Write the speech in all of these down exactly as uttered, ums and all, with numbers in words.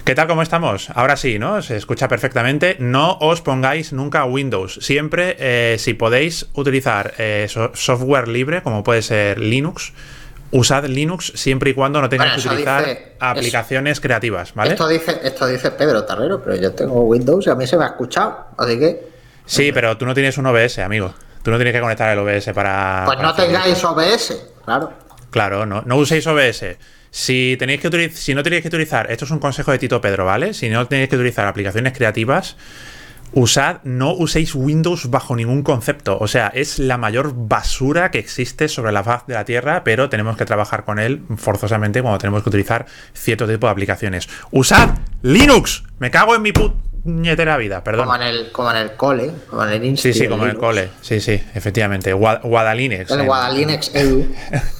¿Qué tal? ¿Cómo estamos? Ahora sí, ¿no? Se escucha perfectamente. No os pongáis nunca Windows. Siempre, eh, si podéis utilizar eh, so software libre, como puede ser Linux, usad Linux siempre y cuando no tengáis Bueno, que utilizar dice, aplicaciones eso, creativas, ¿vale? Esto dice, esto dice Pedro Tarrero, pero yo tengo Windows y a mí se me ha escuchado, así que... Sí, pero tú no tienes un O B S, amigo. Tú no tienes que conectar el O B S para, Pues para no hacer tengáis esto. O B S, claro. Claro, no, no uséis O B S. Si tenéis que utilizar, si no tenéis que utilizar, esto es un consejo de Tito Pedro, ¿vale? Si no tenéis que utilizar aplicaciones creativas, usad, no uséis Windows bajo ningún concepto. O sea, es la mayor basura que existe sobre la faz de la Tierra, pero tenemos que trabajar con él forzosamente cuando tenemos que utilizar cierto tipo de aplicaciones. ¡Usad Linux! Me cago en mi puñetera vida, perdón. Como en el, como en el cole, como en el Insti. Sí, sí, como en el cole. Sí, sí, efectivamente. Guadalinex. El Guadalinex Edu.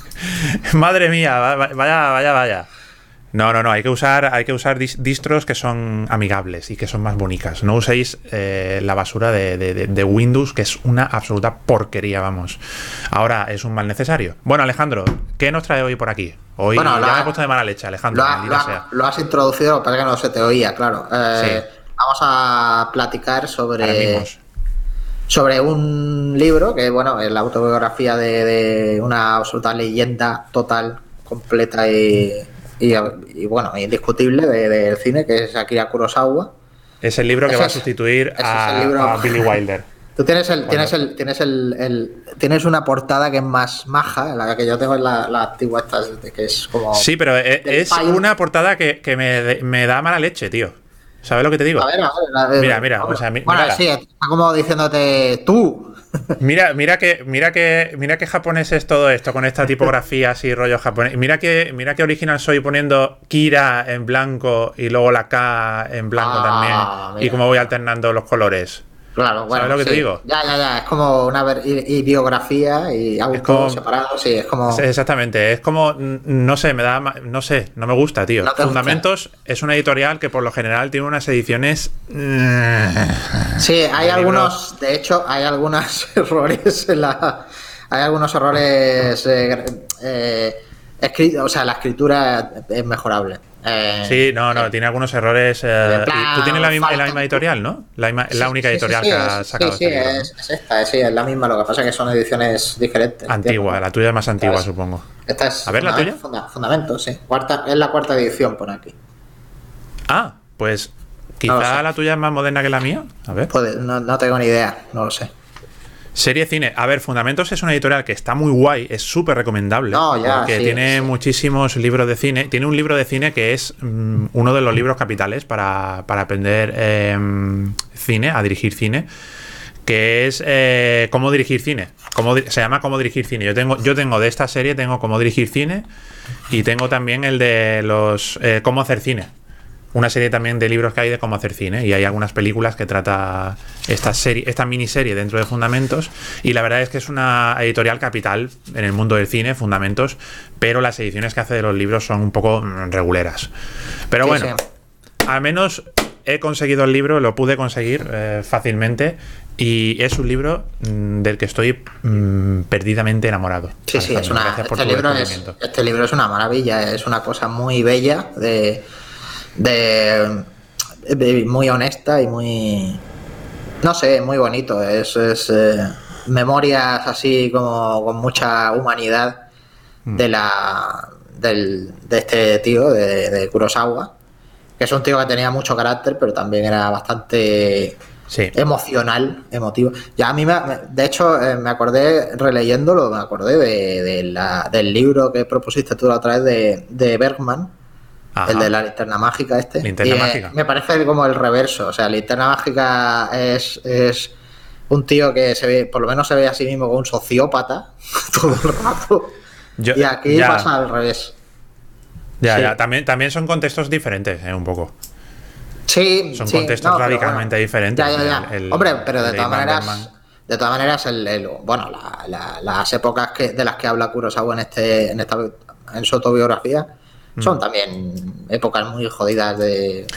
Madre mía, vaya, vaya, vaya. No, no, no, hay que usar, hay que usar distros que son amigables y que son más bonitas. No uséis eh, la basura de, de, de Windows, que es una absoluta porquería, vamos. Ahora es un mal necesario. Bueno, Alejandro, ¿qué nos trae hoy por aquí? Hoy bueno, ya ha, me he puesto de mala leche, Alejandro. Lo, ha, lo, ha, lo has introducido, para que no se te oía, claro. Eh, sí. Vamos a platicar sobre... sobre un libro que, bueno, es la autobiografía de, de una absoluta leyenda total, completa y, y, y bueno, indiscutible del de cine, que es Akira Kurosawa. Es el libro que ese va a sustituir es, a, es libro... a Billy Wilder. Tú tienes el, tienes el, tienes el, el, tienes una portada que es más maja, la que yo tengo es la, la antigua esta, que es como... Sí, pero es, es una portada que, que me, me da mala leche, tío. ¿Sabes lo que te digo? A ver, a ver, a ver, mira, mira, o sea, mi, bueno, sí, está como diciéndote tú. Mira, mira que, mira que, mira que japonés es todo esto con esta tipografía así rollo japonés. Mira que, mira que original soy poniendo Kira en blanco y luego la K en blanco ah, también. Mira. Y cómo voy alternando los colores. Claro, bueno, ¿sabes lo que sí. te digo? Ya, ya, ya. Es como una biografía y auto como, separado, sí, es como. Exactamente, es como, no sé, me da, no sé, no me gusta, tío. No Fundamentos gusta. Es una editorial que por lo general tiene unas ediciones. Sí, hay de algunos, libros. De hecho, hay algunos errores en la. Hay algunos errores eh, eh, escritos, o sea, la escritura es mejorable. Eh, sí, no, no, eh, tiene algunos errores. Eh, plan, tú tienes la misma, la misma editorial, ¿no? La, sí, la única sí, editorial sí, sí, que ha sacado. Sí, sí, este libro, es, ¿no? es esta, sí, es la misma. Lo que pasa es que son ediciones diferentes. Antigua, la tuya es más antigua, es, supongo. Esta es. A ver, la tuya. Funda, fundamentos, sí. Cuarta, es la cuarta edición por aquí. Ah, pues quizá no sé. La tuya es más moderna que la mía. A ver. Pues, no, no tengo ni idea, no lo sé. Serie cine. A ver, Fundamentos es una editorial que está muy guay, es súper recomendable. No, ya, porque sí, tiene sí. muchísimos libros de cine. Tiene un libro de cine que es um, uno de los libros capitales para, para aprender eh, cine, a dirigir cine. Que es eh, cómo dirigir cine. Cómo, se llama Cómo dirigir cine. Yo tengo, yo tengo de esta serie, tengo Cómo dirigir cine. Y tengo también el de los eh, Cómo hacer cine. Una serie también de libros que hay de cómo hacer cine, y hay algunas películas que trata esta serie, esta miniserie dentro de Fundamentos, y la verdad es que es una editorial capital en el mundo del cine, Fundamentos, pero las ediciones que hace de los libros son un poco reguleras. Pero sí, bueno, sí. Al menos he conseguido el libro, lo pude conseguir eh, fácilmente, y es un libro mmm, del que estoy mmm, perdidamente enamorado. Sí, sí, es una, este, libro es, este libro es una maravilla, es una cosa muy bella de... De, de muy honesta y muy, no sé, muy bonito. Es, es eh, memorias así como con mucha humanidad de la del, de este tío de, de Kurosawa, que es un tío que tenía mucho carácter, pero también era bastante sí. emocional, emotivo. Ya a mí me, de hecho eh, me acordé releyéndolo, me acordé de, de la, del libro que propusiste tú la otra vez de, de Bergman. Ajá. El de la linterna mágica este. Linterna y, mágica. Eh, me parece como el reverso. O sea, linterna mágica es, es un tío que se ve, por lo menos se ve a sí mismo como un sociópata todo el rato. Yo, y aquí ya. pasa al revés. Ya, sí. ya. También, también son contextos diferentes, eh, un poco. Sí, Son sí, contextos no, radicalmente bueno, diferentes. Ya, ya, ya. El, el, Hombre, pero de todas maneras. Bergman. De todas maneras, el, el, bueno, la, la, las épocas que, de las que habla Kurosawa en este, en esta, en su autobiografía. Son también épocas muy jodidas de...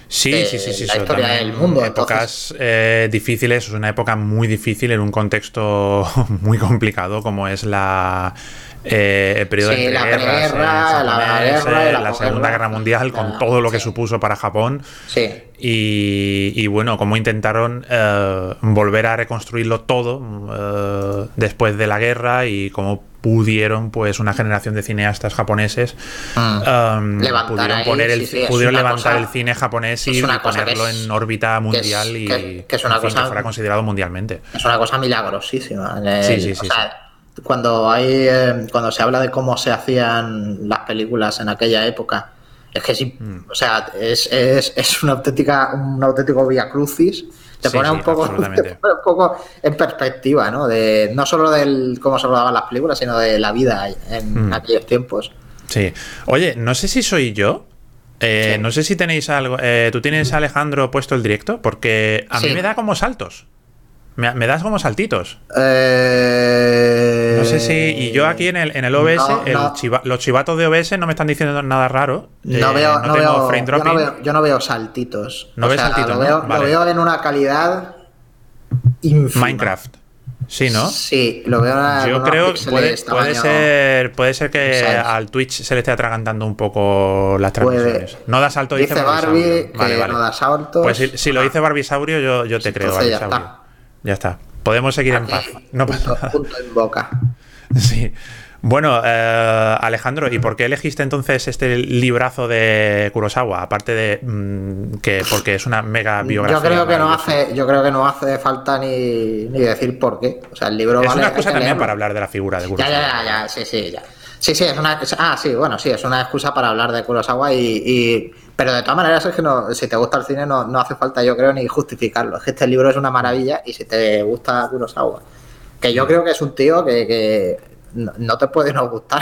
Sí, de sí, sí, sí. la historia también del mundo. Épocas eh, difíciles, es una época muy difícil en un contexto muy complicado como es la eh, el periodo Sí, entre la guerras preguerra, eh, la guerra y la la Segunda posguerra. Guerra Mundial, con La- todo lo que sí, supuso para Japón. sí. Y, y bueno, cómo intentaron eh, volver a reconstruirlo todo eh, después de la guerra y cómo pudieron, pues, una generación de cineastas japoneses Mm. um, Levantar pudieron ahí, poner el, sí, sí, es pudieron una levantar cosa- el cine japonés y, es una y cosa que ponerlo es- en órbita que es- mundial y que- que es una en fin, cosa- que fuera considerado mundialmente. Es una cosa milagrosísima. En el- Sí, sí, o sí, sea, cuando hay eh, cuando se habla de cómo se hacían las películas en aquella época, es que sí, Mm. o sea, es, es, es una auténtica, un auténtico vía crucis. Te Sí, pone sí, un poco, absolutamente. te pone un poco en perspectiva, ¿no? De no solo del cómo se rodaban las películas, sino de la vida en Mm. aquellos tiempos. Sí. Oye, no sé si soy yo. eh, Sí. No sé si tenéis algo. eh, ¿Tú tienes, Alejandro, puesto el directo? Porque a mí Sí. me da como saltos. Me, me das como saltitos. Eh... No sé si. Y yo aquí en el, en el O B S, No, el no. chiva- los chivatos de O B S no me están diciendo nada raro. No Eh, veo, no, tengo veo, frame yo dropping. no veo, yo no veo saltitos. No O ves sea, saltitos, lo ¿no? veo, Vale. lo veo en una calidad ínfima. Minecraft. Sí, ¿no? Sí, lo veo en una, Yo con unos creo que píxeles puede, tamaño- puede ser puede ser que ¿sabes? al Twitch se le esté atragantando un poco las Puede. transmisiones. No da salto, dice, Dice Barbie Barbisaurio. que Vale, vale. no da saltos. Pues si, si lo dice Barbisaurio, yo, yo te Sí, creo, entonces ya Barbisaurio. está. Ya está. Podemos seguir en Aquí, paz. No pasa punto, nada. punto en boca. Sí. Bueno, eh, Alejandro, ¿y por qué elegiste entonces este librazo de Kurosawa? Aparte de mm, que porque es una mega biografía. Yo creo que no maravillosa. hace, yo creo que no hace falta ni, ni decir por qué. O sea, el libro Es vale, una hay excusa que también leerlo. para hablar de la figura de Ya, Kurosawa. ya, ya, ya, sí, sí, ya. Sí, sí, es una. es- ah, sí, bueno, sí, es una excusa para hablar de Kurosawa y. y- pero de todas maneras, es que no, si te gusta el cine, no, no hace falta, yo creo, ni justificarlo. Es que este libro es una maravilla y si te gusta Kurosawa, que yo creo que es un tío que, que no, no te puede no gustar.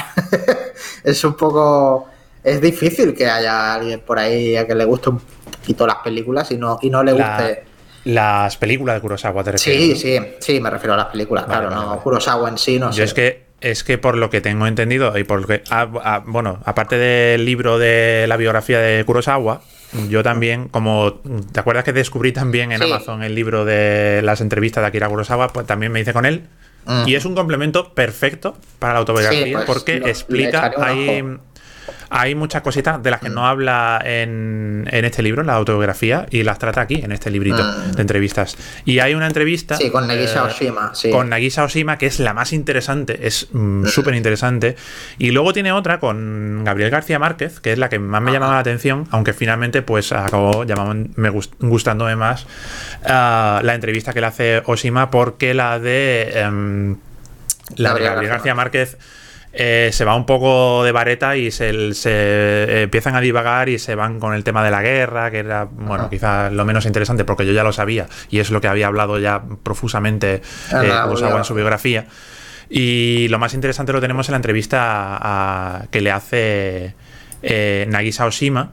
Es un poco. Es difícil que haya alguien por ahí a que le guste un poquito las películas y no, y no le La- guste. las películas de Kurosawa, ¿te refieres? Sí, ¿no? sí, sí, me refiero a las películas, Vale, claro, vale, no vale. Kurosawa en sí, no sé. Yo es que es que por lo que tengo entendido y por lo que ah, ah, bueno, aparte del libro de la biografía de Kurosawa, yo también, como te acuerdas que descubrí también en Sí. Amazon el libro de las entrevistas de Akira Kurosawa, pues también me hice con él. Mm. Y es un complemento perfecto para la autobiografía Sí, pues, porque lo- le explica, echaré un hay, ojo. hay muchas cositas de las que no habla en, en este libro, en la autobiografía, y las trata aquí, en este librito Mm. de entrevistas. Y hay una entrevista Sí, con Nagisa eh, Oshima, sí. con Nagisa Oshima, que es la más interesante, es mm, súper interesante. Y luego tiene otra con Gabriel García Márquez, que es la que más me llamaba la atención, aunque finalmente pues acabó llamando, me gust- gustándome más ah, la entrevista que le hace Oshima, porque la de em, la de Gabriel Gabriel García García Márquez eh, se va un poco de vareta y se, se eh, empiezan a divagar y se van con el tema de la guerra, que era, bueno, Ajá. quizás lo menos interesante porque yo ya lo sabía y es lo que había hablado ya profusamente Ah, eh, la Kurosawa en su biografía. biografía. Y lo más interesante lo tenemos en la entrevista a- a- que le hace eh, Nagisa Oshima.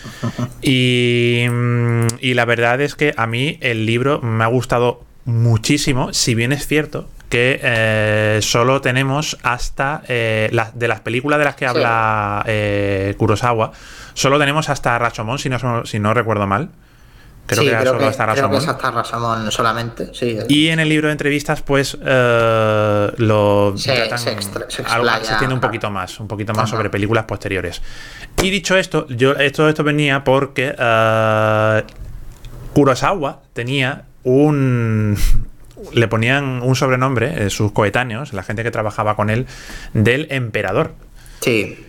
Y, mm, y la verdad es que a mí el libro me ha gustado muchísimo, si bien es cierto que eh, solo tenemos hasta eh, la- de las películas de las que Sí. habla eh, Kurosawa, solo tenemos hasta Rashomon, si no, si no recuerdo mal. Creo sí, que era creo solo que, hasta creo que Rashomon. es hasta Rashomon solamente, sí. Y en el libro de entrevistas, pues eh, lo Se- tratan se extra- se algo, explaya. se extiende un poquito más, un poquito más Ajá. sobre películas posteriores. Y dicho esto, yo esto, esto venía porque eh, Kurosawa tenía un le ponían un sobrenombre, eh, sus coetáneos, la gente que trabajaba con él, del emperador. Sí,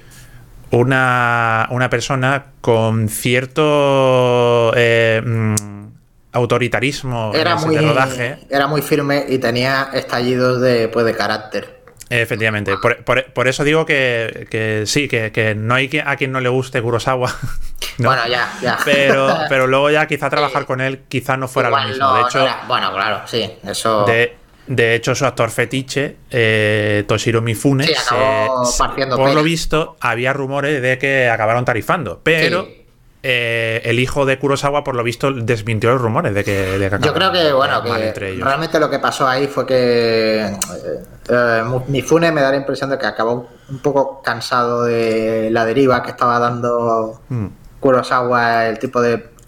Una, una persona con cierto eh, mm, autoritarismo era en el set muy, de rodaje. era muy firme y tenía estallidos de, pues, de carácter. Efectivamente, por, por- por eso digo que, que sí, que, que no hay que, a quien no le guste Kurosawa, ¿no? Bueno, ya, ya. pero, pero luego ya quizá trabajar con él quizá no fuera Igual lo mismo. no- De no hecho, era- bueno, claro, sí, eso. de, de hecho su actor fetiche, eh, Toshiro Mifune, Sí, acabó se- partiendo por pena. lo visto había rumores de que acabaron tarifando, pero Sí. eh, el hijo de Kurosawa por lo visto desmintió los rumores de que, de que Yo creo acabaron que, bueno, mal que entre ellos. realmente lo que pasó ahí fue que eh, eh, Mifune me da la impresión de que acabó un poco cansado de la deriva que estaba dando Mm. Kurosawa, el tipo de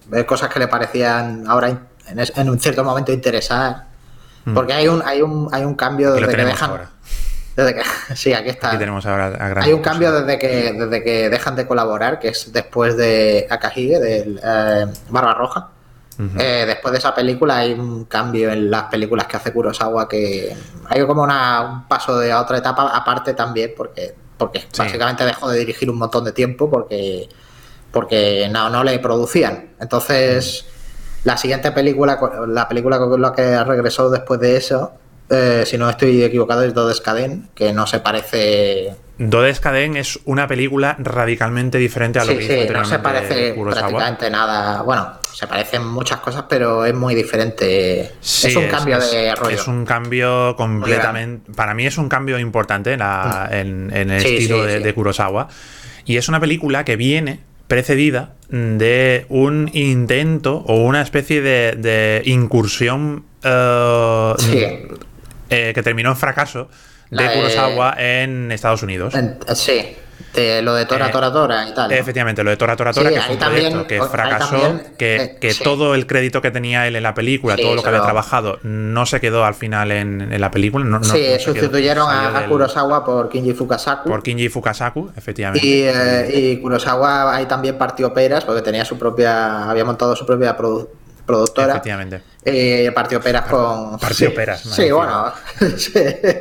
ver cosas que le parecían ahora en, es, en un cierto momento interesar. Mm. Porque hay un, hay un, hay un cambio desde que dejan. Ahora. Desde que, sí, aquí está. Aquí tenemos ahora a gran hay un cambio desde que, desde que dejan de colaborar, que es después de Akahige, del eh, Barba Roja. Uh-huh. Eh, después de esa película hay un cambio en las películas que hace Kurosawa, que hay como una, un paso de a otra etapa aparte también, porque, porque sí. básicamente dejó de dirigir un montón de tiempo porque, porque no, no le producían. Entonces, uh-huh. la siguiente película, la película con la que regresó después de eso, eh, si no estoy equivocado, es Dodescaden, que no se parece... Dodescaden es una película radicalmente diferente a lo sí, que hizo sí, no se parece Kurosawa. Prácticamente nada. Bueno, se parecen muchas cosas, pero es muy diferente. Sí, es un es, cambio es, de rollo. Es un cambio completamente... Para mí es un cambio importante en, la, mm. en, en el sí, estilo sí, de, sí. de Kurosawa. Y es una película que viene precedida de un intento o una especie de, de incursión uh, sí. eh, que terminó en fracaso de Kurosawa en Estados Unidos. En, sí, de lo de Tora Tora Tora y tal, ¿no? Efectivamente, lo de Tora Tora Tora, sí, que fue un proyecto también, que fracasó, también, que, eh, que sí. todo el crédito que tenía él en la película, sí, todo lo que había lo... trabajado, no se quedó al final en, en la película. No, sí, no, no sustituyeron a, a Kurosawa por Kinji Fukasaku. Por Kinji Fukasaku, efectivamente. Y, eh, y Kurosawa ahí también partió peras, porque tenía su propia, había montado su propia producción. Productora. Efectivamente. Eh, partió peras con. Partió sí, peras. Sí, bueno. sí.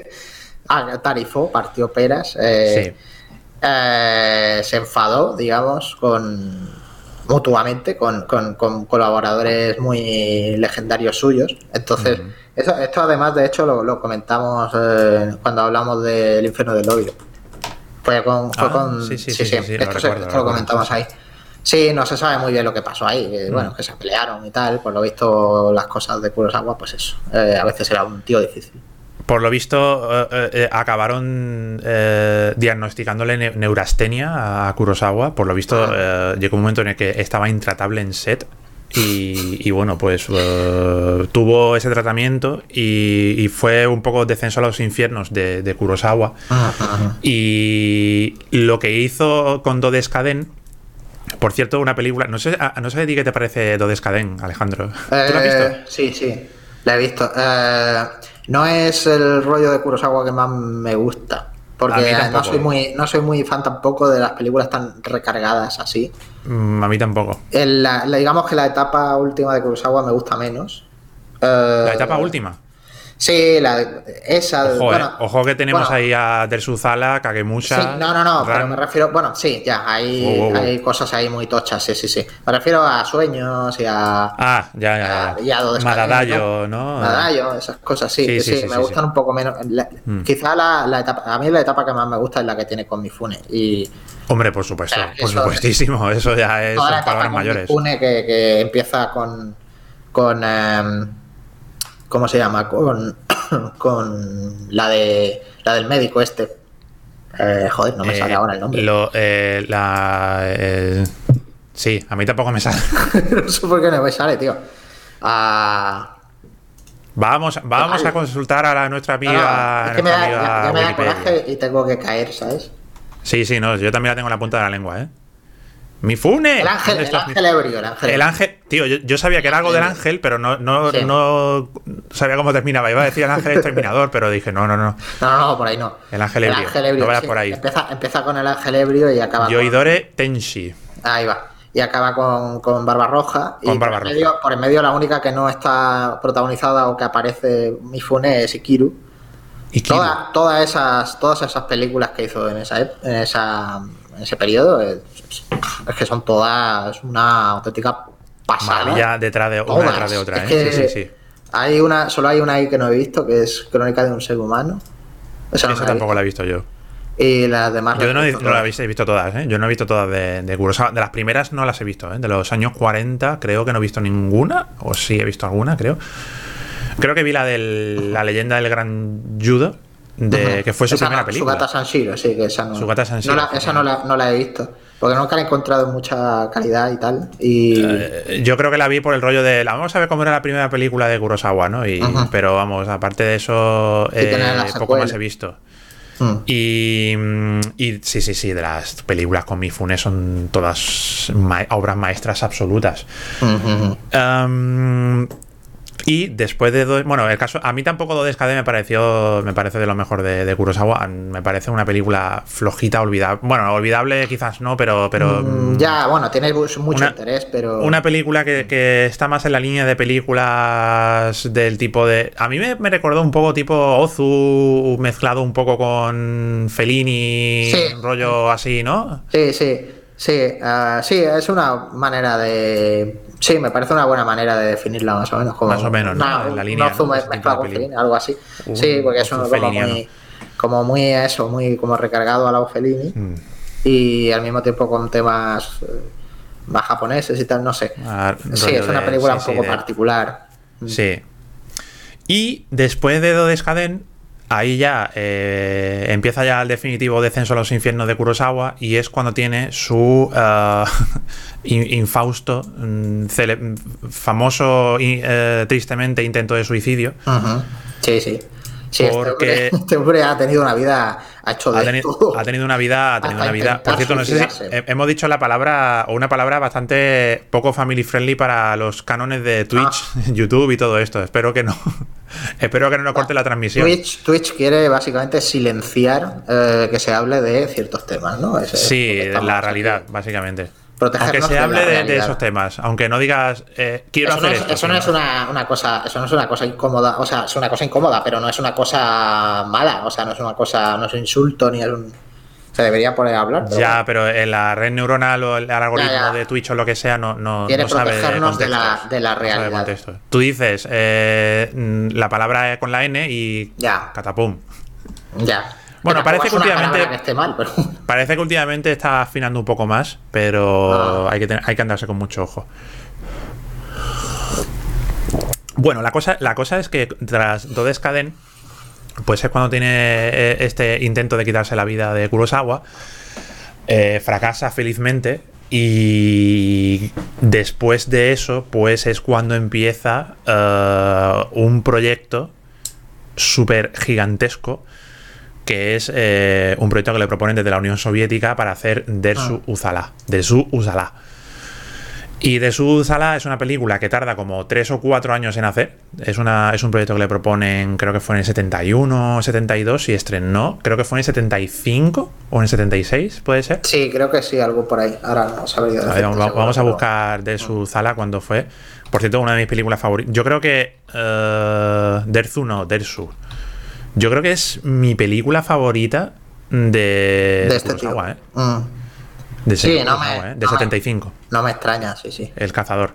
Ah, tarifó, partió peras. Eh, sí. eh, se enfadó, digamos, con mutuamente con, con, con colaboradores muy legendarios suyos. Entonces, uh-huh. eso, esto además, de hecho, lo, lo comentamos eh, cuando hablamos del Infierno del Odio. Fue con. Fue ah, con sí, sí, sí, sí, sí, sí, sí, esto, lo, se, recuerdo, esto lo, lo comentamos ahí. Sí, no se sabe muy bien lo que pasó ahí, que, mm. bueno, que se pelearon y tal, por lo visto las cosas de Kurosawa, pues eso, eh, a veces era un tío difícil. Por lo visto eh, eh, acabaron eh, diagnosticándole ne- neurastenia a Kurosawa, por lo visto ah. eh, llegó un momento en el que estaba intratable en set y, y bueno, pues uh, tuvo ese tratamiento y, y fue un poco descenso a los infiernos de, de Kurosawa. Ah, ah. Y lo que hizo con Dodescaden, por cierto, una película, no sé, no sé a ti qué te parece Dodescaden, Alejandro. ¿Tú eh, la has visto? Sí, sí, la he visto. Eh, no es el rollo de Kurosawa que más me gusta, porque no soy muy no soy muy fan tampoco de las películas tan recargadas así. Mm, a mí tampoco. El, la, la, digamos que la etapa última de Kurosawa me gusta menos. Eh, ¿La etapa última? Sí, la, esa. Ojo, bueno, eh. Ojo que tenemos bueno, ahí a Terzuzala, Kagemusha. Sí, no, no, no, Ran... pero me refiero. Bueno, sí, ya, hay, oh, oh, oh. hay cosas ahí muy tochas, sí, sí, sí. Me refiero a Sueños y a. Ah, ya, ya, ya. A, a Madadayo, ¿no? Madadayo, esas cosas, sí, sí, sí, sí, sí me sí, gustan sí. un poco menos. La, mm. Quizá la, la etapa. A mí la etapa que más me gusta es la que tiene con Mifune. Y. Hombre, por supuesto, o sea, por supuestísimo, eso ya es palabras mayores. Mifune que, que empieza con. con eh, ¿Cómo se llama? Con. con la de la del médico este. Eh, joder, no me eh, sale ahora el nombre. Lo, eh, la, eh, sí, a mí tampoco me sale. No sé por qué no me sale, tío. Ah, vamos vamos a consultar a la, nuestra amiga. No, no, es que me da, ya, ya me da coraje y tengo que caer, ¿sabes? Sí, sí, no, yo también la tengo en la punta de la lengua, ¿eh? ¡Mifune! El ángel, el ángel ebrio, el ángel. El ángel, tío, yo, yo sabía que era algo del ángel, pero no, no, sí. no sabía cómo terminaba. Iba a decir el ángel exterminador, pero dije, no, no, no. No, no, no, por ahí no. El ángel ebrio. El ángel ebrio, no vayas sí. por ahí. Empieza, empieza con el ángel ebrio y acaba Yoidore con... Tenshi. Ahí va. Y acaba con, con Barba Roja. Con y Barba por, Roja. el medio, por el medio la única que no está protagonizada o que aparece Mifune es Ikiru. Ikiru. Toda, todas esas todas esas películas que hizo en esa en esa en ese periodo es, es que son todas una auténtica pasada. Maravilla detrás de una detrás de otra, es ¿eh? Sí, sí, sí. Hay una, solo hay una ahí que no he visto, que es Crónica de un ser humano. Esa, no Esa tampoco la he visto yo. Y las demás. Yo no, he, no las he visto todas, ¿eh? Yo no he visto todas de, de Kurosawa. De las primeras no las he visto, ¿eh? De los años cuarenta creo que no he visto ninguna. O sí he visto alguna, creo. Creo que vi la de la leyenda del gran judo. De, uh-huh. Que fue su esa primera no, película. Sugata Sanshiro, sí, que esa no. Sugata Sanshiro, no la, esa no la, no la he visto. Porque nunca la he encontrado en mucha calidad y tal. Y... Eh, yo creo que la vi por el rollo de. Vamos a ver cómo era la primera película de Kurosawa, ¿no? Y, uh-huh. Pero vamos, aparte de eso, eh, poco más he visto. Mm. Y, y sí, sí, sí, de las películas con Mifune son todas ma- obras maestras absolutas. Mm-hmm. Um, y después de... Do- bueno, el caso... A mí tampoco Do Descade me pareció... Me parece de lo mejor de, de Kurosawa. Me parece una película flojita, olvidable. Bueno, olvidable quizás no, pero... pero mm, ya, bueno, tiene mucho una, interés, pero... Una película que, que está más en la línea de películas del tipo de... A mí me, me recordó un poco tipo Ozu, mezclado un poco con Fellini, Sí. rollo así, ¿no? Sí, sí, sí, uh, sí, es una manera de... Sí, me parece una buena manera de definirla más o menos. Como más o menos, ¿no? una, en la línea, ¿no? ¿no? Mezclado con Fellini, algo así. Un, sí, porque es un como muy, como muy eso, muy como recargado a la Fellini mm. y al mismo tiempo con temas más japoneses y tal, no sé. Ah, sí, es una película de, sí, un poco sí, particular. Sí. Y después de Do Descaden, ahí ya eh, empieza ya el definitivo descenso a los infiernos de Kurosawa y es cuando tiene su uh, infausto, cele, famoso y uh, tristemente intento de suicidio. Uh-huh. Sí, sí. Sí, porque este hombre, este hombre ha tenido una vida, ha hecho de ha tenido, todo. Ha tenido una vida, ha tenido una vida. Por cierto, no sé si hemos dicho la palabra, o una palabra bastante poco family friendly para los cánones de Twitch, ah. YouTube y todo esto. Espero que no. Espero que no nos corte la transmisión. Twitch, Twitch quiere básicamente silenciar eh, que se hable de ciertos temas, ¿no? Ese, sí, de la realidad, aquí, básicamente. Aunque se hable de, de esos temas, aunque no digas eh, quiero eso hacer no es, esto. Eso no es una, una cosa, eso no es una cosa incómoda, o sea, es una cosa incómoda, pero no es una cosa mala, o sea, no es una cosa, no es un insulto ni es un, se debería poder hablar. Pero ya, bueno. Pero en la red neuronal o el algoritmo ya, ya. de Twitch o lo que sea no, no, quiere no sabe protegernos de la, de la realidad. No Tú dices eh, la palabra con la N y ya. catapum. Ya. Bueno, parece que, últimamente, que esté mal, pero... parece que últimamente está afinando un poco más, pero ah. hay, que tener, hay que andarse con mucho ojo. Bueno, la cosa, la cosa es que tras Do Descaden, pues es cuando tiene este intento de quitarse la vida de Kurosawa, eh, fracasa felizmente y después de eso, pues es cuando empieza uh, un proyecto súper gigantesco que es eh, un proyecto que le proponen desde la Unión Soviética para hacer Dersu ah. Uzala. Dersu Uzala. Y Dersu Uzala es una película que tarda como tres o cuatro años en hacer. Es, una, es un proyecto que le proponen, creo que fue en el setenta y uno o setenta y dos y estrenó, creo que fue en el setenta y cinco o en el setenta y seis, ¿puede ser? Sí, creo que sí, algo por ahí. Ahora no sabría decir. A ver, vamos, vamos a buscar Dersu Uzala cuando fue. Por cierto, una de mis películas favoritas. Yo creo que... Uh, Dersu no, Dersu. Yo creo que es mi película favorita de, de este Kurosawa, ¿eh? Mm. De, sí, no Kurosawa, me, ¿eh? de no setenta y cinco. Me, no me extraña, sí, sí. El cazador.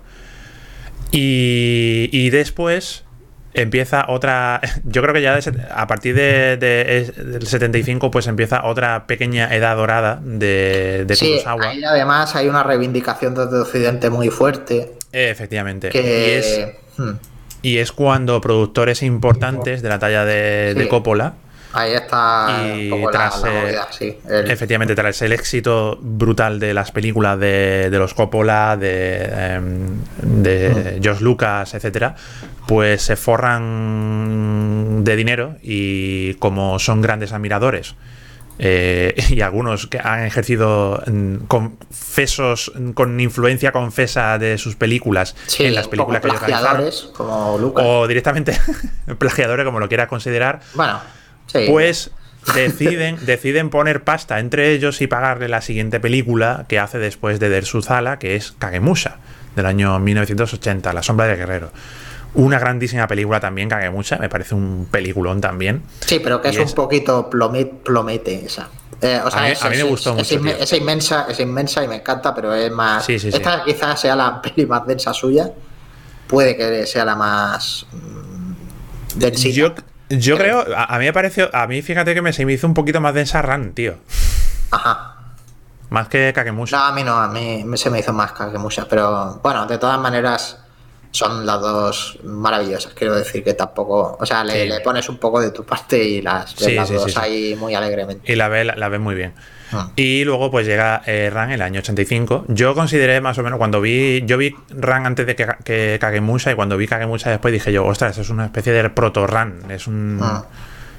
Y, y después empieza otra... Yo creo que ya de, a partir de, de, del setenta y cinco pues empieza otra pequeña edad dorada de, de sí, Kurosawa. Ahí además hay una reivindicación desde Occidente muy fuerte. Eh, efectivamente. Que... Y es... Hmm. Y es cuando productores importantes de la talla de, sí. de Coppola. Ahí está y un poco tras, la, la movida, sí. El... Efectivamente, tras el éxito brutal de las películas de, de los Coppola, de, de mm. George Lucas, etcétera, pues se forran de dinero y como son grandes admiradores. Eh, y algunos que han ejercido confesos con influencia confesa de sus películas sí, en las películas que ellos realizaron, como Lucas. O directamente plagiadores, como lo quieras considerar. Bueno, sí. Pues deciden, deciden poner pasta entre ellos y pagarle la siguiente película que hace después de Dersu Uzala, que es Kagemusha, del año mil novecientos ochenta, La sombra del guerrero. Una grandísima película también, Kagemusha, me parece un peliculón también. Sí, pero que es, es un poquito plomete, plomete esa. Eh, o sea, a, mí, es, a mí me es, gustó es, mucho. Es, inme, es, inmensa, es inmensa y me encanta, pero es más... Sí, sí, sí. Esta quizás sea la peli más densa suya. Puede que sea la más mmm, densita. Yo, yo creo, a, a mí me pareció... A mí fíjate que me, se me hizo un poquito más densa Ran, tío. Ajá. Más que Kagemusha. No, a mí no, a mí se me hizo más Kagemusha, pero bueno, de todas maneras... Son las dos maravillosas, quiero decir que tampoco, o sea, le, sí. le pones un poco de tu parte y las ves sí, las sí, dos sí, ahí sí. muy alegremente. Y la ves la, la ve muy bien. Hmm. Y luego pues llega eh, Ran el año ochenta y cinco. Yo consideré más o menos, cuando vi, yo vi Ran antes de que, que Kagemusha y cuando vi Kagemusha después dije yo, ostras, es una especie de proto-Ran, es un... Hmm.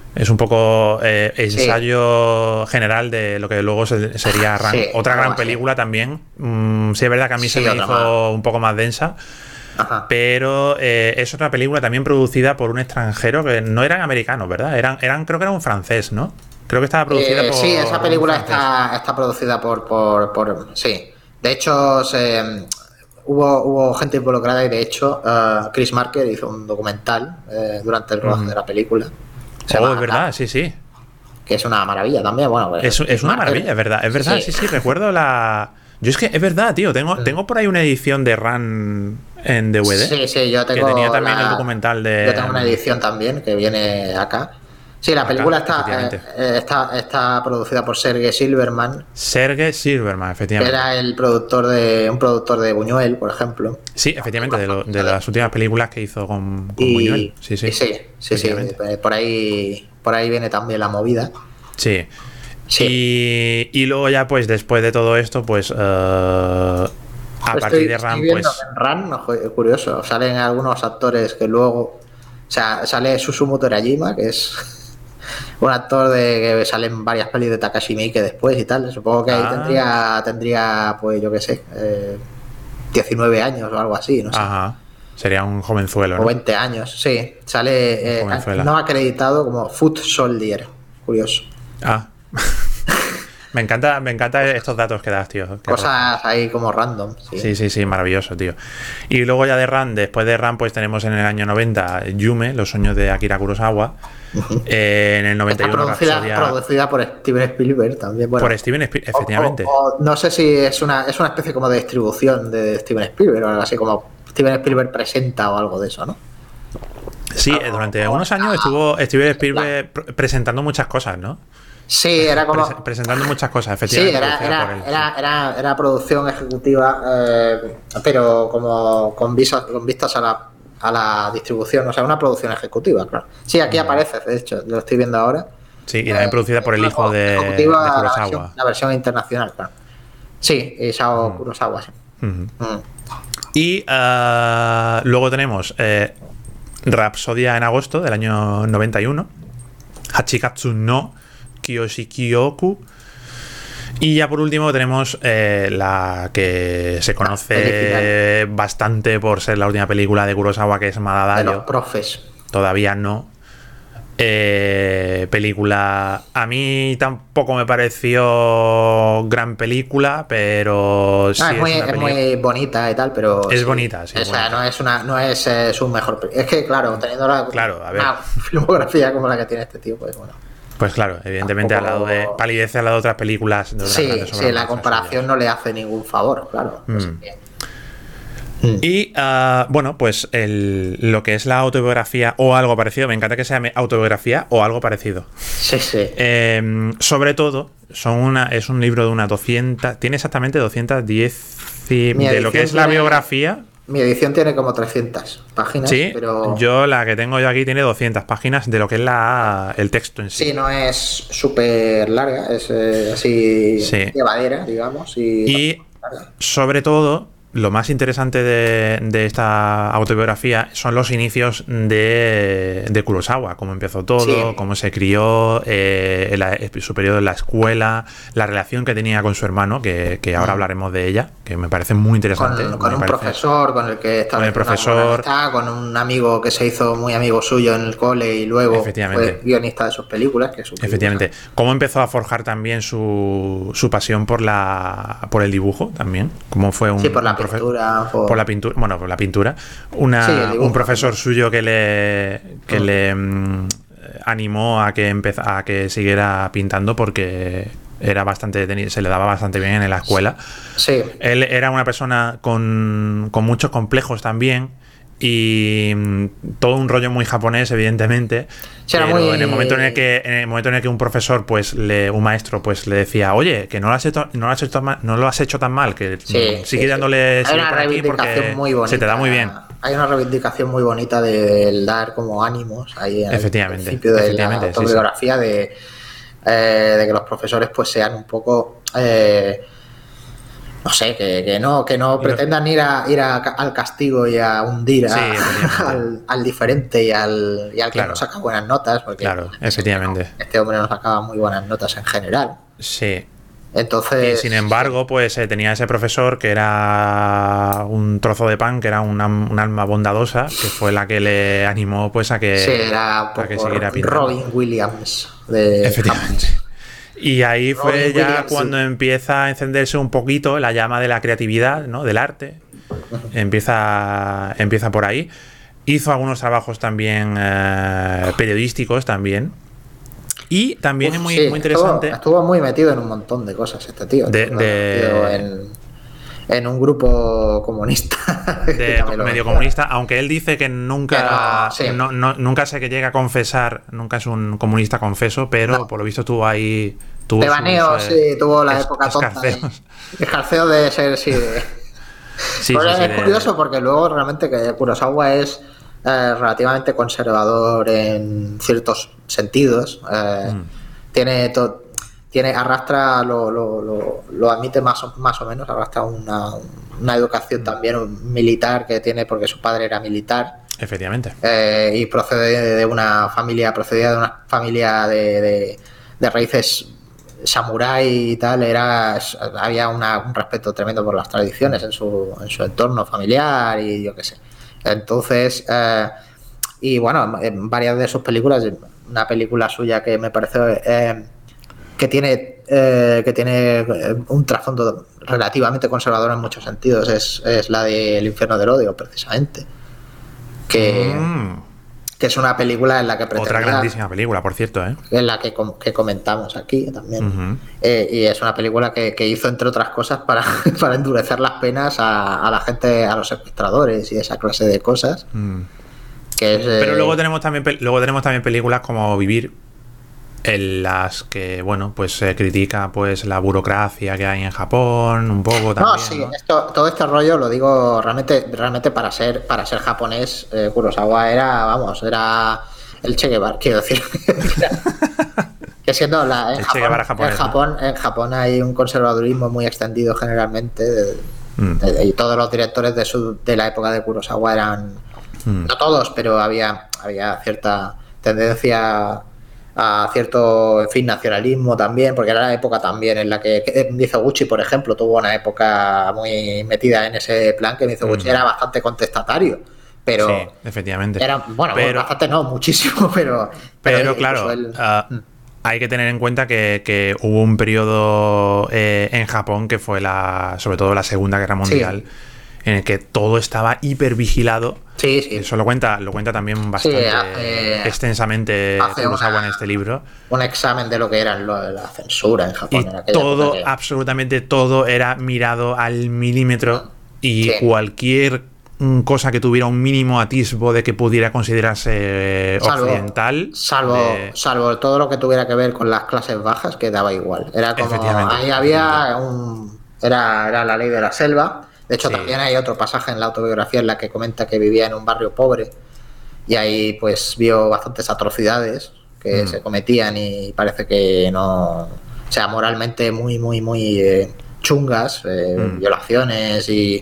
Es un poco eh, ensayo sí. general de lo que luego se, sería Ran. Sí, otra gran película sí. también. Mm, sí, es verdad que a mí sí, se me hizo más. un poco más densa. Ajá. Pero eh, es otra película también producida por un extranjero que no eran americanos, ¿verdad? Eran, eran creo que era un francés, ¿no? Creo que estaba producida eh, por... Sí, esa película está, está producida por, por, por... Sí. De hecho, se, hubo, hubo gente involucrada y de hecho uh, Chris Marker hizo un documental eh, durante el rodaje mm. de la película. Se oh, es verdad, Anda, sí, sí. Que es una maravilla también, bueno. Pues, es, es una Marker, maravilla, es verdad, es verdad, sí, sí, sí, sí recuerdo la... Yo es que es verdad, tío, tengo, mm. tengo por ahí una edición de Ran en D V D. Sí, sí, yo tengo que tenía también la, el documental de... Yo tengo una edición también que viene acá. Sí, la acá, película está, eh, está, está producida por Sergei Silverman. Sergei Silverman, efectivamente. Que era el productor de un productor de Buñuel, por ejemplo. Sí, efectivamente, de, lo, de las últimas películas que hizo con, con y, Buñuel. Sí, sí. Sí, sí, sí. Por ahí, por ahí viene también la movida. Sí. Sí. Y, y luego ya, pues, después de todo esto, pues... Uh, a estoy, partir de Ran, pues... En Ran, no, curioso, salen algunos actores que luego... O sea, sale Susumu Terajima, que es un actor de que sale en varias pelis de Takashi Miike después y tal. Supongo que ahí ah. tendría, tendría, pues, yo qué sé, eh, diecinueve años o algo así, no sé. Ajá. Sería un jovenzuelo, ¿no? O veinte años, sí. Sale eh, no acreditado como Foot Soldier. Curioso. Ah. Me encanta, me encanta estos datos que das, tío. Qué Cosas raro. Ahí como random. Sí. sí, sí, sí, maravilloso, tío. Y luego ya de Ran, después de Ran, pues tenemos en el año noventa Yume, Los sueños de Akira Kurosawa. Uh-huh. eh, en el noventa y uno Está producida, Rapsodia... producida por Steven Spielberg también. Bueno, por Steven Spielberg, efectivamente. O, o, o, no sé si es una, es una especie como de distribución de Steven Spielberg o algo así, como Steven Spielberg presenta o algo de eso, ¿no? Sí, eh, durante unos años estuvo Steven Spielberg la... presentando muchas cosas, ¿no? Sí, era como... Prese- presentando muchas cosas, efectivamente. Sí, era, era, él, era, sí. era, era producción ejecutiva, eh, pero como con vistas, con vistas a la, a la distribución, o sea, una producción ejecutiva, claro. Sí, aquí mm. aparece, de hecho, lo estoy viendo ahora. Sí, y también eh, producida por el hijo de, de Kurosawa. La versión, la versión internacional, claro. Sí, Isao mm. Kurosawa, sí. Mm-hmm. Mm. Y uh, luego tenemos eh, Rapsodia en agosto del año noventa y uno, Hachikatsu no Kyoshikyoku. Y ya por último tenemos eh, la que se conoce bastante por ser la última película de Kurosawa, que es Madadayo. De los profes. Todavía no. Eh, película, a mí tampoco me pareció gran película, pero sí ah, es, muy, es, es muy bonita y tal, pero es sí, bonita, sí. O sea, no es una, no es eh, su mejor película. Es que claro, teniendo la, claro, a ver. una filmografía como la que tiene este tío, pues bueno. Pues claro, evidentemente tampoco... al lado de palidece al lado de otras películas. De otras sí, sí, la comparación no le hace ningún favor, claro. Mm. Pues, y uh, bueno, pues el, lo que es la autobiografía o algo parecido, me encanta que se llame autobiografía o algo parecido. Sí, sí. Eh, sobre todo, son una, es un libro de unas doscientas, tiene exactamente doscientas diez de lo que es la tiene, biografía. Mi edición tiene como trescientas páginas. Sí, pero... yo la que tengo yo aquí tiene doscientas páginas de lo que es la, el texto en sí. Sí, no es súper larga, es eh, así sí. llevadera, digamos. Y, y sobre todo... Lo más interesante de, de esta autobiografía son los inicios de, de Kurosawa, cómo empezó todo, sí. cómo se crió, eh, la, su periodo en la escuela, la relación que tenía con su hermano, que, que ahora hablaremos de ella, que me parece muy interesante. Con, con un parece, profesor con el que estaba con el profesor, amistad, con un amigo que se hizo muy amigo suyo en el cole y luego fue guionista de sus películas. Que es su película. Efectivamente. Cómo empezó a forjar también su, su pasión por la por el dibujo también, cómo fue un... Sí, por la Pintura, por... por la pintura, bueno, por la pintura, una, sí, dibujo, un profesor suyo que le que mm. le mm, animó a que empez, a que siguiera pintando porque era bastante se le daba bastante bien en la escuela. Sí. Él era una persona con, con muchos complejos también y todo un rollo muy japonés, evidentemente. Sí, pero muy... en el momento en el que en el momento en el que un profesor, pues le, un maestro, pues le decía, oye, que no lo has hecho, no lo has hecho, no lo has hecho tan mal, que sí, sigue sí, dándole sí. Hay una reivindicación muy bonita, se te da muy bien. Hay una reivindicación muy bonita del de dar como ánimos ahí al efectivamente, principio de efectivamente, la autobiografía sí, sí. de eh, de que los profesores pues sean un poco eh, no sé, que, que no, que no pretendan ir a ir a, al castigo y a hundir a, sí, al, al diferente y al, y al claro. que no saca buenas notas, porque claro, efectivamente. Este, este hombre no sacaba muy buenas notas en general. Sí. Entonces, y sin embargo, pues eh, tenía ese profesor que era un trozo de pan, que era una, un alma bondadosa, que fue la que le animó pues a que, sí, era un poco a que siguiera pintando. Robin Williams de Efectivamente. Y ahí Robin fue ya Williams, cuando sí. empieza a encenderse un poquito la llama de la creatividad, ¿no? Del arte. Empieza, empieza por ahí. Hizo algunos trabajos también eh, periodísticos también. Y también Uf, es muy, sí, muy interesante. Estuvo, estuvo muy metido en un montón de cosas este tío. De, de... En, en un grupo comunista. De medio comunista, aunque él dice que nunca, que no, sí. no, no, nunca sé que llega a confesar, nunca es un comunista confeso, pero no. por lo visto tuvo ahí. Tuvo Devaneo, sus, eh, sí, tuvo la es, época tonta. Escarceos. De, escarceo de ser, sí. De... sí, pues sí, es sí, curioso de... porque luego realmente que Kurosawa es eh, relativamente conservador en ciertos sentidos. Eh, mm. Tiene todo. Tiene, arrastra, lo, lo, lo, lo admite más o, más o menos, arrastra una, una educación también militar que tiene porque su padre era militar. Efectivamente. Eh, y procede de una familia, procedía de una familia de, de, de raíces samurái y tal, era, había una, un respeto tremendo por las tradiciones en su, en su entorno familiar y yo qué sé. Entonces, eh, y bueno, en varias de sus películas, una película suya que me parece... Eh, que tiene eh, que tiene un trasfondo relativamente conservador en muchos sentidos, es, es la de El infierno del odio, precisamente, que, mm. que es una película en la que otra grandísima película, por cierto, ¿eh? En la que, que comentamos aquí también. Uh-huh. eh, y es una película que, que hizo, entre otras cosas, para, para endurecer las penas a, a la gente, a los secuestradores y esa clase de cosas. Mm. Que es, Pero eh, luego tenemos también luego tenemos también películas como Vivir, en las que, bueno, pues se critica pues la burocracia que hay en Japón, un poco también. No, sí, ¿no? Esto, todo este rollo lo digo realmente, realmente para ser, para ser japonés, eh, Kurosawa era, vamos, era el Che Guevara, quiero decir. que siendo la, en, el Japón, Che Guevara japonés, en Japón, ¿no? En Japón hay un conservadurismo muy extendido generalmente, de, mm. de, de, y todos los directores de su, de la época de Kurosawa eran, mm. no todos, pero había, había cierta tendencia a cierto, en fin, nacionalismo también, porque era la época también en la que, que Mizoguchi, por ejemplo, tuvo una época muy metida en ese plan, que Mizoguchi mm. era bastante contestatario, pero sí, efectivamente. Era, bueno, pero, bastante no, muchísimo, pero... Pero, pero claro, el... uh, mm. hay que tener en cuenta que, que hubo un periodo eh, en Japón que fue la, sobre todo la Segunda Guerra Mundial, sí. en el que todo estaba hipervigilado. Sí, sí. Eso lo cuenta, lo cuenta también bastante sí, hace, extensamente Kurosawa en este libro. Un examen de lo que era lo, la censura en Japón. Y en todo, que... absolutamente todo era mirado al milímetro y sí. cualquier cosa que tuviera un mínimo atisbo de que pudiera considerarse salvo, occidental. Salvo, de... salvo todo lo que tuviera que ver con las clases bajas, que daba igual. Era como, ahí había un... Era, era la ley de la selva. De hecho, sí. también hay otro pasaje en la autobiografía en la que comenta que vivía en un barrio pobre y ahí pues vio bastantes atrocidades que mm. se cometían y parece que no... O sea, moralmente muy, muy, muy eh, chungas, eh, mm. violaciones y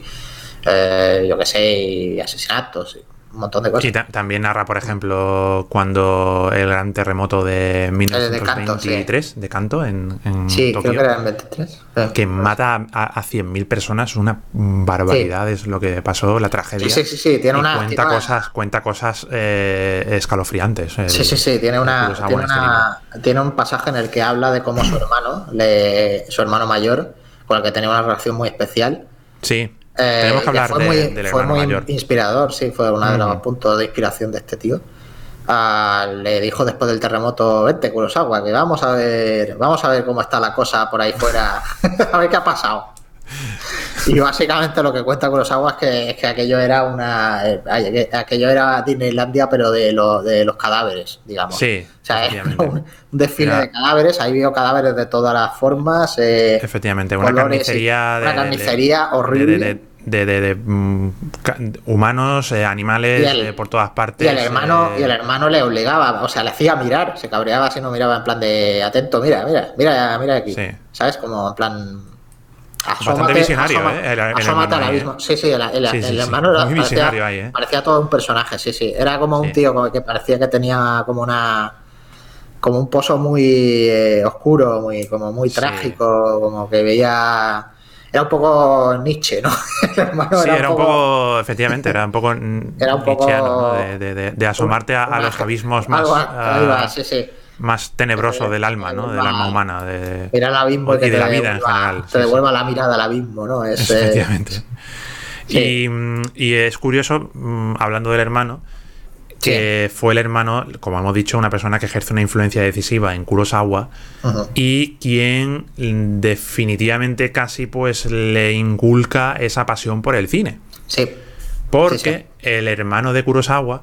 eh, yo qué sé, y asesinatos, y un montón de cosas. Sí, ta- también narra, por ejemplo, cuando el gran terremoto de mil novecientos veintitrés de Kanto, sí. de Kanto en, en sí, Tokio, creo que era en veintitrés. Que sí. mata a, a cien mil personas, una barbaridad sí. es lo que pasó, la tragedia. Sí, sí, sí, sí. Tiene y una, cuenta, tiene cosas, una... cuenta cosas eh, escalofriantes. El, sí, sí, sí, tiene, una, tiene, una, tiene un pasaje en el que habla de cómo su hermano, le, su hermano mayor, con el que tenía una relación muy especial. Sí. Eh, Tenemos que hablar fue de, muy, del fue muy mayor. inspirador, sí, fue uno de los mm. puntos de inspiración de este tío. Uh, le dijo después del terremoto: vete, Kurosawa, que vamos a ver, vamos a ver cómo está la cosa por ahí fuera, a ver qué ha pasado. Y básicamente lo que cuenta Kurosawa es que, es que aquello era una eh, aquello era Disneylandia, pero de, lo, de los cadáveres, digamos. Sí, o sea, es un, un desfile era... de cadáveres, ahí vio cadáveres de todas las formas. Eh, efectivamente, una carnicería, de, una carnicería de, horrible. De, de, de, de, de, de um, humanos, eh, animales, el, eh, por todas partes. Y el, hermano, eh... y el hermano le obligaba, o sea, le hacía mirar, se cabreaba si no miraba en plan de atento, mira, mira, mira, mira aquí. Sí. ¿Sabes? Como en plan... asómate, bastante visionario, asómate, ¿eh? El, el asómate al abismo. Sí, sí, el, el, sí, sí, el hermano sí. Era, muy visionario parecía, ahí, ¿eh? Parecía todo un personaje, sí, sí. Era como un sí. tío que parecía que tenía como una... como un pozo muy eh, oscuro, muy como muy sí. trágico, como que veía... Era un poco Nietzsche, ¿no? Hermano, sí, era, era un poco... poco, efectivamente, era un poco era un poco ¿no? de, de, de, de asomarte a, a los abismos más, algo, uh, sí, sí. más tenebrosos del alma, ¿no? Del alma humana. De, Mira el abismo y, y de te la vida devuelva, en general. Te sí, devuelva sí. la mirada al abismo, ¿no? Es, efectivamente. Sí. Y, y es curioso, hablando del hermano, que sí. fue el hermano, como hemos dicho, una persona que ejerce una influencia decisiva en Kurosawa uh-huh. y quien definitivamente casi pues le inculca esa pasión por el cine. Sí. Porque sí, sí. el hermano de Kurosawa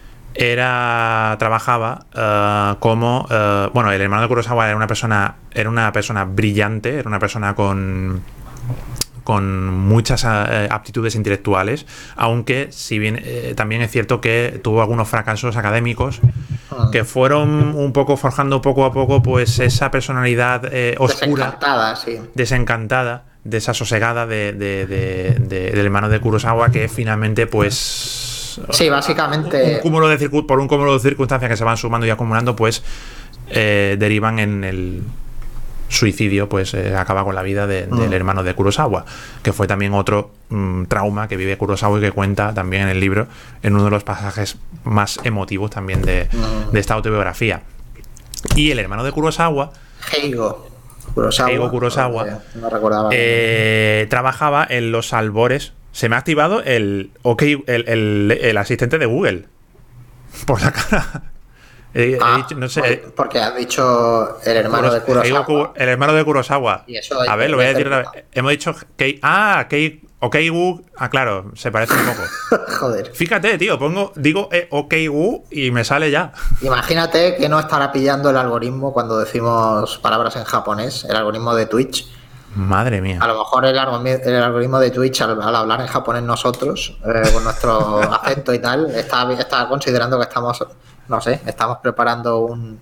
era trabajaba uh, como uh, bueno, el hermano de Kurosawa era una persona era una persona brillante, era una persona con con muchas eh, aptitudes intelectuales, aunque si bien eh, también es cierto que tuvo algunos fracasos académicos ah. que fueron un poco forjando poco a poco pues esa personalidad eh, oscura, desencantada, sí. desencantada, desasosegada de, de, de, de, del hermano de Kurosawa, que finalmente pues sí, básicamente un cúmulo de circu- por un cúmulo de circunstancias que se van sumando y acumulando pues eh, derivan en el suicidio, pues eh, acaba con la vida de, del mm. hermano de Kurosawa, que fue también otro mm, trauma que vive Kurosawa y que cuenta también en el libro, en uno de los pasajes más emotivos también de, mm. de esta autobiografía. Y el hermano de Kurosawa, Heigo Kurosawa, Heigo Kurosawa no, no recordaba eh, trabajaba en los albores. Se me ha activado el, okay, el, el, el asistente de Google por la cara. Eh, ah, he dicho, no sé, porque has dicho el hermano Kuros, de Kurosawa. Digo, el hermano de Kurosawa. Y eso a ver, lo voy a decir. Hemos dicho que. Ah, que. Okeigu. Ah, claro, se parece un poco. Joder. Fíjate, tío, pongo. Digo eh, Okeigu y me sale ya. Imagínate que no estará pillando el algoritmo cuando decimos palabras en japonés, el algoritmo de Twitch. Madre mía. A lo mejor el, el algoritmo de Twitch, al, al hablar en japonés nosotros, eh, con nuestro acento y tal, está, está considerando que estamos. No sé, estamos preparando un...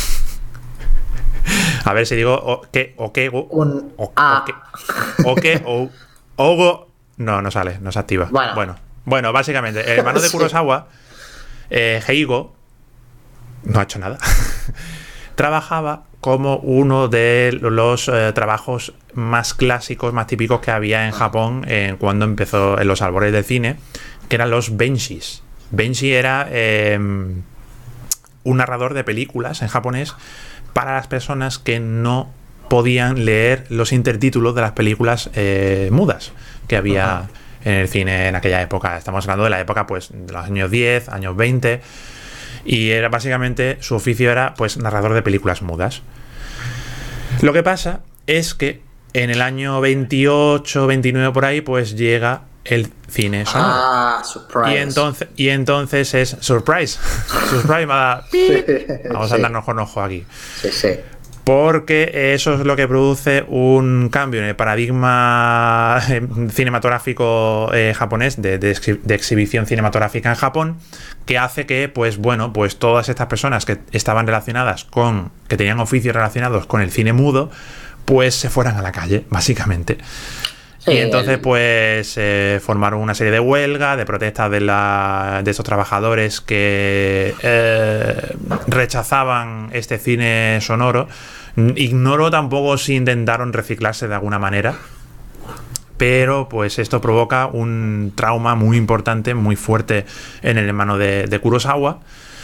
A ver si digo o que o que un o que o que o ogo no no sale, no se activa. Bueno, bueno, bueno básicamente el hermano de Kurosawa, eh, Heigo, no ha hecho nada. Trabajaba como uno de los eh, trabajos más clásicos, más típicos que había en Japón eh, cuando empezó en los albores del cine, que eran los benshis. Benshi era eh, un narrador de películas en japonés para las personas que no podían leer los intertítulos de las películas eh, mudas que había uh-huh. en el cine en aquella época. Estamos hablando de la época pues de los años diez, años veinte, y era básicamente su oficio era pues narrador de películas mudas. Lo que pasa es que en el año veintiocho, veintinueve por ahí pues llega el cine sonoro. Ah, surprise. Y entonces, y entonces es surprise. Surprise, va, sí, vamos sí. a darnos con ojo aquí. Sí, sí. Porque eso es lo que produce un cambio en el paradigma cinematográfico eh, japonés, de, de, de exhibición cinematográfica en Japón, que hace que, pues bueno, pues todas estas personas que estaban relacionadas con, que tenían oficios relacionados con el cine mudo, pues se fueran a la calle, básicamente. Sí, y entonces pues eh, formaron una serie de huelgas, de protestas de, la, de esos trabajadores que eh, rechazaban este cine sonoro. Ignoro tampoco si intentaron reciclarse de alguna manera, pero pues esto provoca un trauma muy importante, muy fuerte en el hermano de, de Kurosawa.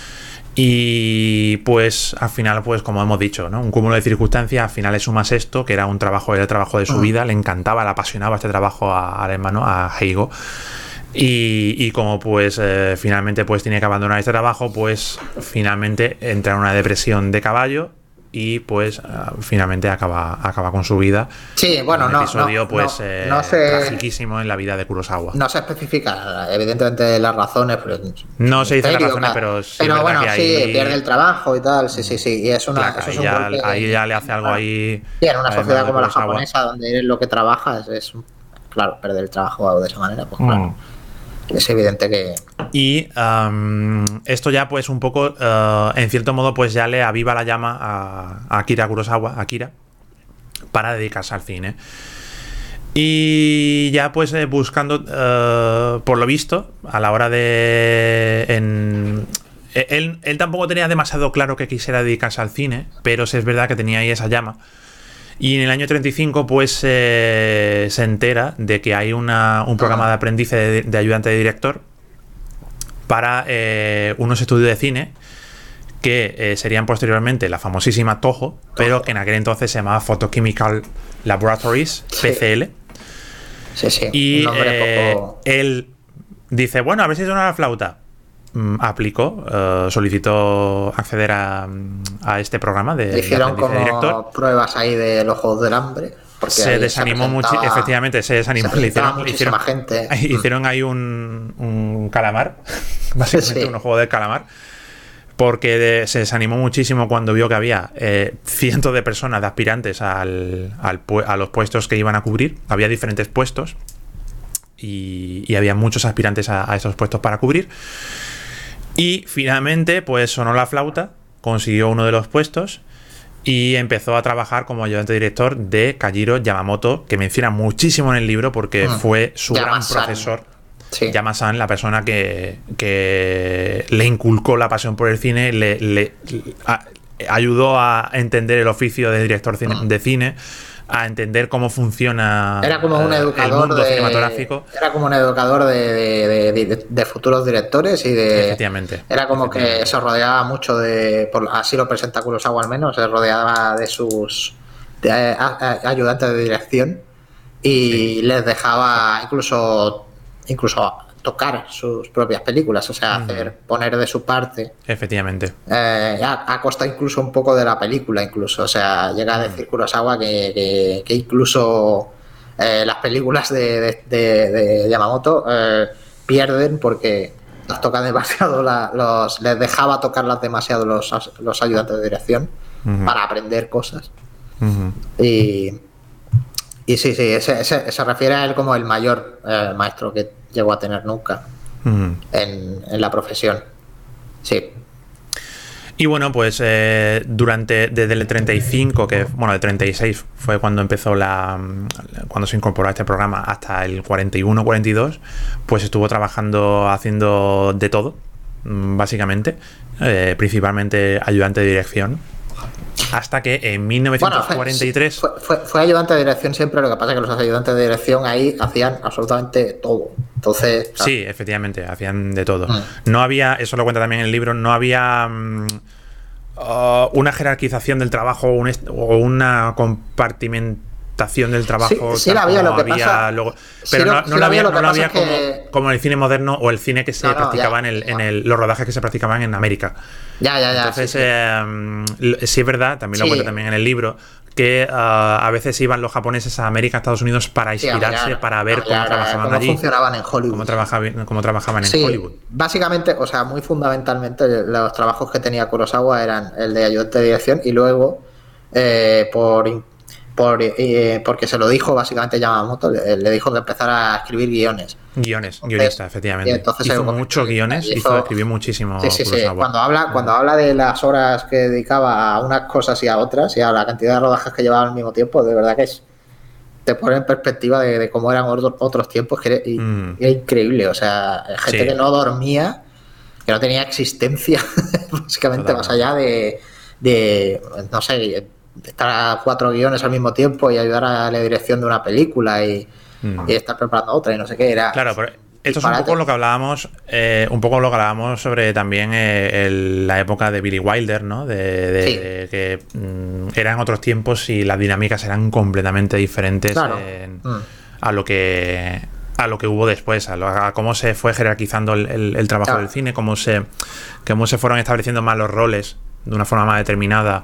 Y pues al final, pues como hemos dicho, ¿no? Un cúmulo de circunstancias, al final le sumas esto, que era un trabajo, era el trabajo de su vida, le encantaba, le apasionaba este trabajo a, al hermano, a Heigo. Y, y como pues eh, finalmente pues tiene que abandonar este trabajo, pues finalmente entra en una depresión de caballo y pues uh, finalmente acaba, acaba con su vida. Sí, bueno, un no, episodio no, pues no, eh, no se, tragiquísimo en la vida de Kurosawa. No se especifica evidentemente las razones, pero no se dicen las razones, pero sí, pero bueno, que sí, ahí... pierde el trabajo y tal, sí, sí, sí, y es una, claro, eso es un ya, golpe, ahí ya le hace algo ahí. Sí, en una sociedad como la japonesa, donde lo que trabaja es, es claro, perder el trabajo de esa manera, pues claro. Mm. Es evidente que... Y um, esto ya pues un poco, uh, en cierto modo, pues ya le aviva la llama a, a Akira Kurosawa, Akira, para dedicarse al cine. Y ya pues eh, buscando, uh, por lo visto, a la hora de... En, él, él tampoco tenía demasiado claro que quisiera dedicarse al cine, pero sí es verdad que tenía ahí esa llama. Y en el año treinta y cinco pues eh, se entera de que hay una, un programa de aprendiz de, de ayudante de director para eh, unos estudios de cine que eh, serían posteriormente la famosísima Toho, pero que en aquel entonces se llamaba Photochemical Laboratories, P C L. Sí, sí. Y eh, poco... él dice, bueno, a ver si suena la flauta. Mm, aplicó, uh, solicitó acceder a, a este programa de, Le hicieron de como director. Pruebas ahí de los Juegos del Hambre. Se desanimó se mucho, efectivamente, se desanimó. Se le hicieron, hicieron, gente. hicieron ahí un, un calamar, básicamente sí. un juego de calamar. Porque de, se desanimó muchísimo cuando vio que había eh, cientos de personas, de aspirantes al, al, a los puestos que iban a cubrir. Había diferentes puestos y, y había muchos aspirantes a, a esos puestos para cubrir. Y finalmente, pues sonó la flauta, consiguió uno de los puestos y empezó a trabajar como ayudante director de Kajiro Yamamoto, que menciona muchísimo en el libro porque mm. fue su Yama-san. gran profesor. Sí. Yama-san, la persona que, que le inculcó la pasión por el cine, le, le a, ayudó a entender el oficio de director cine, mm. de cine, a entender cómo funciona era como un educador el mundo de, cinematográfico. Era como un educador de, de, de, de, de futuros directores y de... Efectivamente. Era como efectivamente. que se rodeaba mucho de... Por, así lo presenta Kurosawa al menos, se rodeaba de sus de, a, a, ayudantes de dirección y sí. les dejaba incluso... incluso tocar sus propias películas, o sea, mm. hacer, poner de su parte. Efectivamente. Eh, a, a costa incluso un poco de la película, incluso. O sea, llega a decir Kurosawa que, que, que incluso eh, las películas de, de, de, de Yamamoto eh, pierden porque los tocan demasiado, la, los les dejaba tocarlas demasiado los, los ayudantes de dirección mm. para aprender cosas. Mm. Y, y sí, sí, ese, ese, se refiere a él como el mayor eh, maestro que llegó a tener nunca mm. en, en la profesión. Sí. Y bueno, pues eh, durante desde el treinta y cinco, que bueno, el treinta y seis fue cuando empezó la cuando se incorporó a este programa, hasta el cuarenta y uno cuarenta y dos, pues estuvo trabajando haciendo de todo, básicamente, eh, principalmente ayudante de dirección. Hasta que en mil novecientos cuarenta y tres... Bueno, fue, fue, fue ayudante de dirección siempre, lo que pasa es que los ayudantes de dirección ahí hacían absolutamente todo. Entonces... Claro. Sí, efectivamente, hacían de todo. Mm. No había, eso lo cuenta también en el libro, no había um, uh, una jerarquización del trabajo un est- o una compartimentación del trabajo. Sí, sí la había, lo que había pasa... Luego, pero sí, no, sí no la había, lo no la había como, que... como en el cine moderno o el cine que se no, no, practicaba ya, en, el, ya. en el, los rodajes que se practicaban en América. Ya, ya, ya. Entonces, sí, sí. Eh, sí es verdad, también lo sí. cuento también en el libro, que uh, a veces iban los japoneses a América, a Estados Unidos para inspirarse, sí, para ver cómo trabajaban cómo allí. Cómo funcionaban en Hollywood. Cómo trabajaban, cómo trabajaban en sí, Hollywood. Básicamente, o sea, muy fundamentalmente, los trabajos que tenía Kurosawa eran el de ayudante de dirección y luego, eh, por, por eh, porque se lo dijo básicamente Yamamoto, le, le dijo que empezara a escribir guiones. Guiones, entonces, guionista, efectivamente. Entonces hizo muchos guiones, hizo, hizo, escribió muchísimo. Sí, sí, sí. Cuando habla, cuando habla de las horas que dedicaba a unas cosas y a otras, y a la cantidad de rodajes que llevaba al mismo tiempo, de verdad que es te pone en perspectiva de, de cómo eran otros, otros tiempos, que era, y, mm. era increíble. O sea, gente sí. que no dormía, que no tenía existencia, básicamente, más allá de, de, no sé, estar a cuatro guiones al mismo tiempo y ayudar a la dirección de una película y, mm. y estar preparando otra y no sé qué. Era claro, pero esto es un poco lo que hablábamos, eh, un poco lo que hablábamos sobre también eh, el, la época de Billy Wilder, ¿no? De, de, sí. de que mm, eran otros tiempos y las dinámicas eran completamente diferentes claro. en, mm. a lo que a lo que hubo después, a, lo, a cómo se fue jerarquizando el, el, el trabajo claro. del cine, cómo se cómo se fueron estableciendo más los roles de una forma más determinada.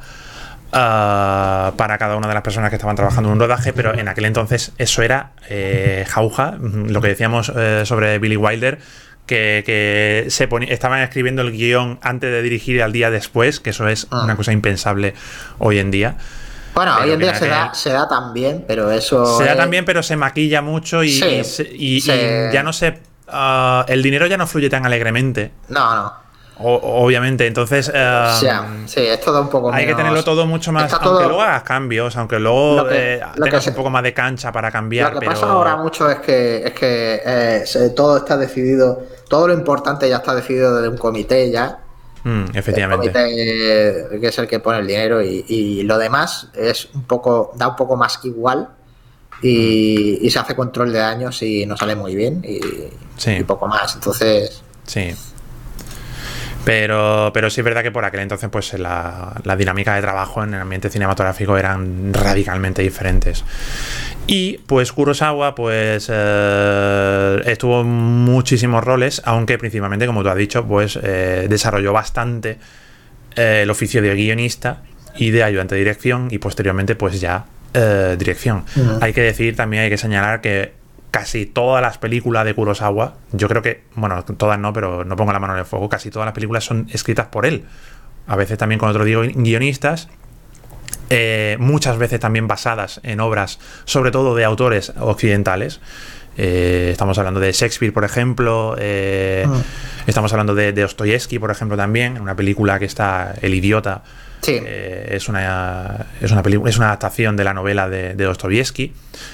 Uh, para cada una de las personas que estaban trabajando en un rodaje, pero en aquel entonces eso era eh, jauja, lo que decíamos eh, sobre Billy Wilder, que, que se ponía, estaban escribiendo el guión antes de dirigir al día después, que eso es ah. una cosa impensable hoy en día. Bueno, pero hoy en día se da, se da también, pero eso... Se es... da también, pero se maquilla mucho y, sí, y, y, se... y ya no se... Uh, el dinero ya no fluye tan alegremente. No, no. O, obviamente, entonces... Uh, sí, sí, es todo un poco Hay menos, que tenerlo todo mucho más... Aunque todo, luego hagas cambios, aunque luego lo que, eh, lo tengas que, un poco más de cancha para cambiar, Lo que pero... pasa ahora mucho es que, es que eh, se, todo está decidido, todo lo importante ya está decidido desde un comité ya. Mm, efectivamente. El comité que es el que pone el dinero y, y lo demás es un poco, da un poco más igual y, mm. y se hace control de daños y no sale muy bien y, sí. y poco más. Entonces... Sí. Pero, pero sí es verdad que por aquel entonces pues la, la dinámica de trabajo en el ambiente cinematográfico eran radicalmente diferentes. Y pues Kurosawa pues eh, estuvo en muchísimos roles, aunque principalmente, como tú has dicho, pues eh, desarrolló bastante eh, el oficio de guionista y de ayudante de dirección y posteriormente pues ya eh, dirección. Uh-huh. Hay que decir, también hay que señalar que casi todas las películas de Kurosawa, yo creo que, bueno, todas no, pero no pongo la mano en el fuego, casi todas las películas son escritas por él. A veces también con otros guionistas, eh, muchas veces también basadas en obras, sobre todo de autores occidentales. Eh, estamos hablando de Shakespeare, por ejemplo, eh, uh-huh. estamos hablando de, de Dostoyevsky, por ejemplo, también, una película que está El Idiota. Sí. Eh, es una es una película, es una adaptación de la novela de, de Dostoyevsky.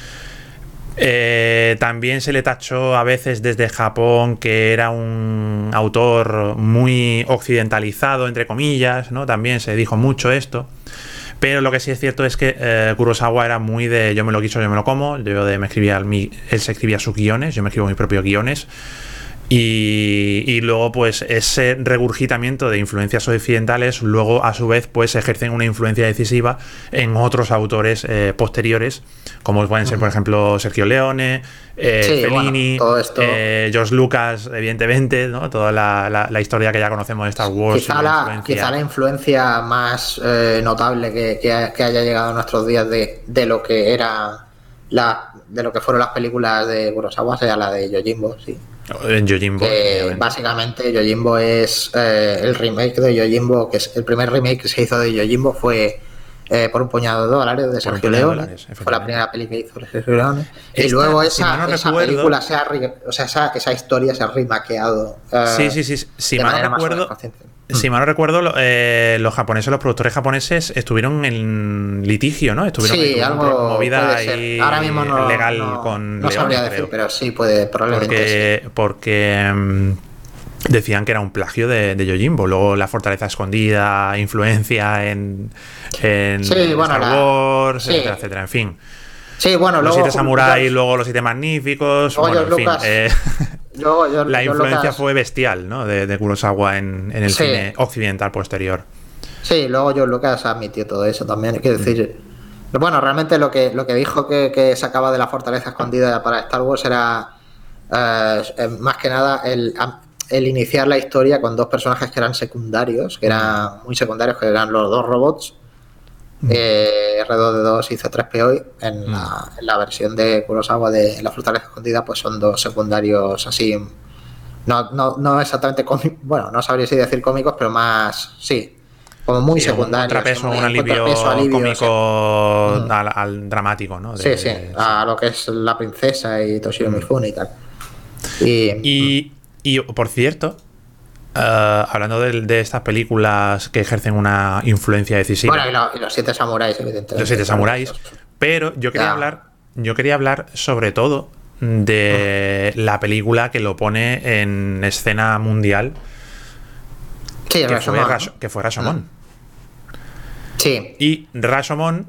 Eh, también se le tachó a veces desde Japón que era un autor muy occidentalizado, entre comillas, ¿no? También se dijo mucho esto. Pero lo que sí es cierto es que eh, Kurosawa era muy de yo me lo quiso, yo me lo como. Yo de, me escribía mi, él se escribía sus guiones, yo me escribo mis propios guiones. Y, y luego pues ese regurgitamiento de influencias occidentales luego a su vez pues ejercen una influencia decisiva en otros autores eh, posteriores, como pueden ser por ejemplo Sergio Leone, eh, sí, Fellini, bueno, todo esto... eh, George Lucas, evidentemente, ¿no? Toda la, la, la historia que ya conocemos de Star Wars. Quizá, la, influencia... quizá la influencia más eh, notable que, que, que haya llegado a nuestros días de, de lo que era la, de lo que fueron las películas de Kurosawa sea la de Yojimbo, sí. En Yojimbo. Eh, básicamente Yojimbo es eh, el remake de Yojimbo, que es el primer remake que se hizo de Yojimbo fue eh, por un puñado de dólares de Sergio Leone. Fue la primera película que hizo de Sergio Leone. Y luego esa, si no esa recuerdo, película se ha, o sea, esa, esa historia se ha remakeado. Eh, sí, sí, sí. Si mal no recuerdo, si mal no recuerdo, eh, los japoneses, los productores japoneses estuvieron en litigio, ¿no? Estuvieron sí, en algo movida ahí ahora mismo no, legal no, con no Leone, sabría decir, creo. pero sí puede probablemente porque, sí. porque um, decían que era un plagio de, de Yojimbo. Luego La Fortaleza Escondida, influencia en, en sí, bueno, Star la, Wars, sí. etcétera, etcétera. En fin. Sí, bueno, los luego, siete samuráis, luego los siete magníficos. Luego bueno, en fin. Lucas, Eh, yo, yo, la yo influencia Lucas, fue bestial, ¿no? De, de Kurosawa en, en el sí. cine occidental posterior. Sí, luego George Lucas admitió todo eso también. Quiero decir, mm. bueno, realmente lo que lo que dijo que, que sacaba de La Fortaleza Escondida para Star Wars era eh, más que nada el, el iniciar la historia con dos personajes que eran secundarios, que eran muy secundarios, que eran los dos robots. Eh, R dos D dos y C tres P O en, mm. la, en la versión de Kurosawa de La Fortaleza Escondida pues son dos secundarios así no, no, no exactamente cómicos, bueno, no sabría si decir cómicos, pero más, sí, como muy sí, secundarios, un contrapeso, un, un alivio, alivio cómico sí. al, al dramático, ¿no? De, sí, sí, de, a sí. lo que es La Princesa y Toshiro mm. Mifune y tal. Y, y, y por cierto, Uh, hablando de, de estas películas que ejercen una influencia decisiva. Bueno, y, lo, y los siete samuráis, evidentemente. Los siete samuráis. Pero yo quería ya. hablar, yo quería hablar sobre todo de uh. la película que lo pone en escena mundial. Sí, que, Rashomon, fue Rash, ¿no? que fue Rashomon. Uh. Sí. Y Rashomon.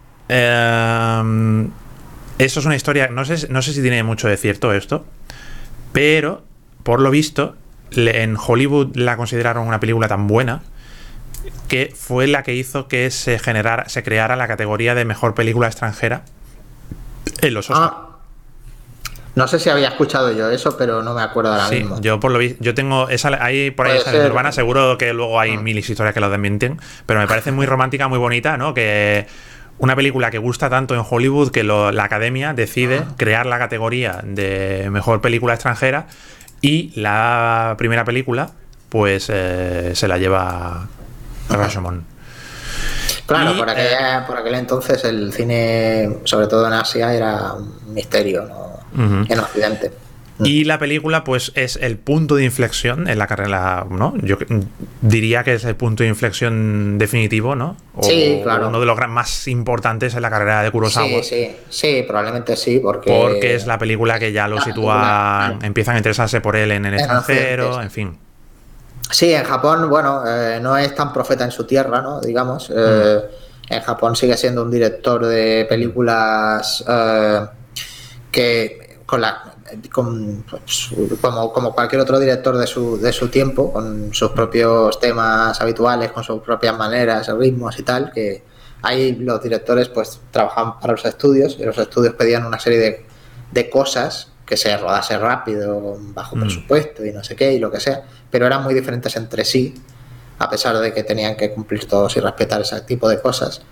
Eh, eso es una historia. No sé, no sé si tiene mucho de cierto esto. Pero, por lo visto, en Hollywood la consideraron una película tan buena que fue la que hizo que se generara, se creara la categoría de mejor película extranjera en los Oscars. Ah, no sé si había escuchado yo eso, pero no me acuerdo ahora sí, mismo. Yo por lo vi, yo tengo esa ahí por ahí esa leyenda urbana, seguro que luego hay ah. mil historias que lo desmienten, pero me parece muy romántica, muy bonita, ¿no? Que una película que gusta tanto en Hollywood que lo, la Academia decide ah. crear la categoría de mejor película extranjera. Y la primera película, pues eh, se la lleva Rashomon. Claro, y, por, aquella, eh, por aquel entonces el cine, sobre todo en Asia, era un misterio, ¿no? Uh-huh. En Occidente. Y la película, pues, es el punto de inflexión en la carrera, ¿no? Yo diría que es el punto de inflexión definitivo, ¿no? O sí, claro. Uno de los más importantes en la carrera de Kurosawa. Sí, sí, sí, probablemente sí, porque... Porque es la película que ya lo sitúa, película, empiezan a interesarse por él en el en extranjero, en fin. Sí, en Japón, bueno, eh, no es tan profeta en su tierra, ¿no? Digamos. Eh, mm. En Japón sigue siendo un director de películas eh, que con la... Con, pues, como, como cualquier otro director de su, de su tiempo, con sus propios temas habituales, con sus propias maneras, ritmos y tal, que ahí los directores pues trabajaban para los estudios y los estudios pedían una serie de, de cosas que se rodase rápido, bajo mm. presupuesto y no sé qué y lo que sea, pero eran muy diferentes entre sí, a pesar de que tenían que cumplir todos y respetar ese tipo de cosas.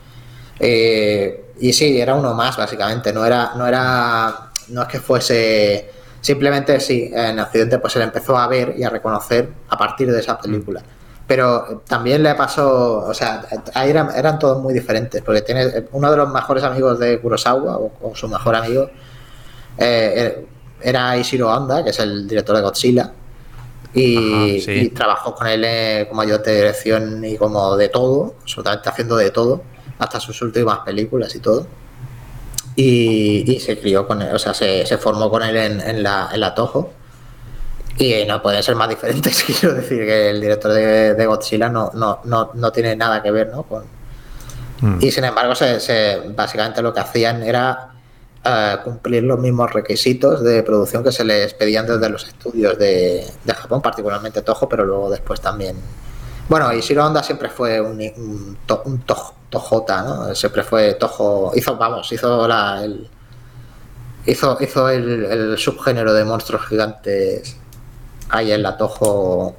Eh, y sí, era uno más básicamente, no era, no era no es que fuese, simplemente sí, en Occidente pues se le empezó a ver y a reconocer a partir de esa película, pero también le pasó, o sea, ahí eran, eran todos muy diferentes, porque tiene uno de los mejores amigos de Kurosawa, o, o su mejor amigo, eh, era Ishiro Honda, que es el director de Godzilla, y, Ajá, sí. y trabajó con él eh, como ayudante de dirección y como de todo, absolutamente haciendo de todo, hasta sus últimas películas y todo. Y, y se crió con él, o sea, se, se formó con él en, en, la, en la Toho. Y no pueden ser más diferentes, quiero decir que el director de, de Godzilla no, no, no, no tiene nada que ver, ¿no? Con... Mm. Y sin embargo, se, se, básicamente lo que hacían era uh, cumplir los mismos requisitos de producción que se les pedían desde los estudios de, de Japón, particularmente Toho, pero luego después también. Bueno, Ishiro Honda siempre fue un, un, to, un Toho. Tojota, ¿no? Siempre fue Toho, hizo, vamos, hizo la el, hizo, hizo el, el subgénero de monstruos gigantes ahí en la Toho,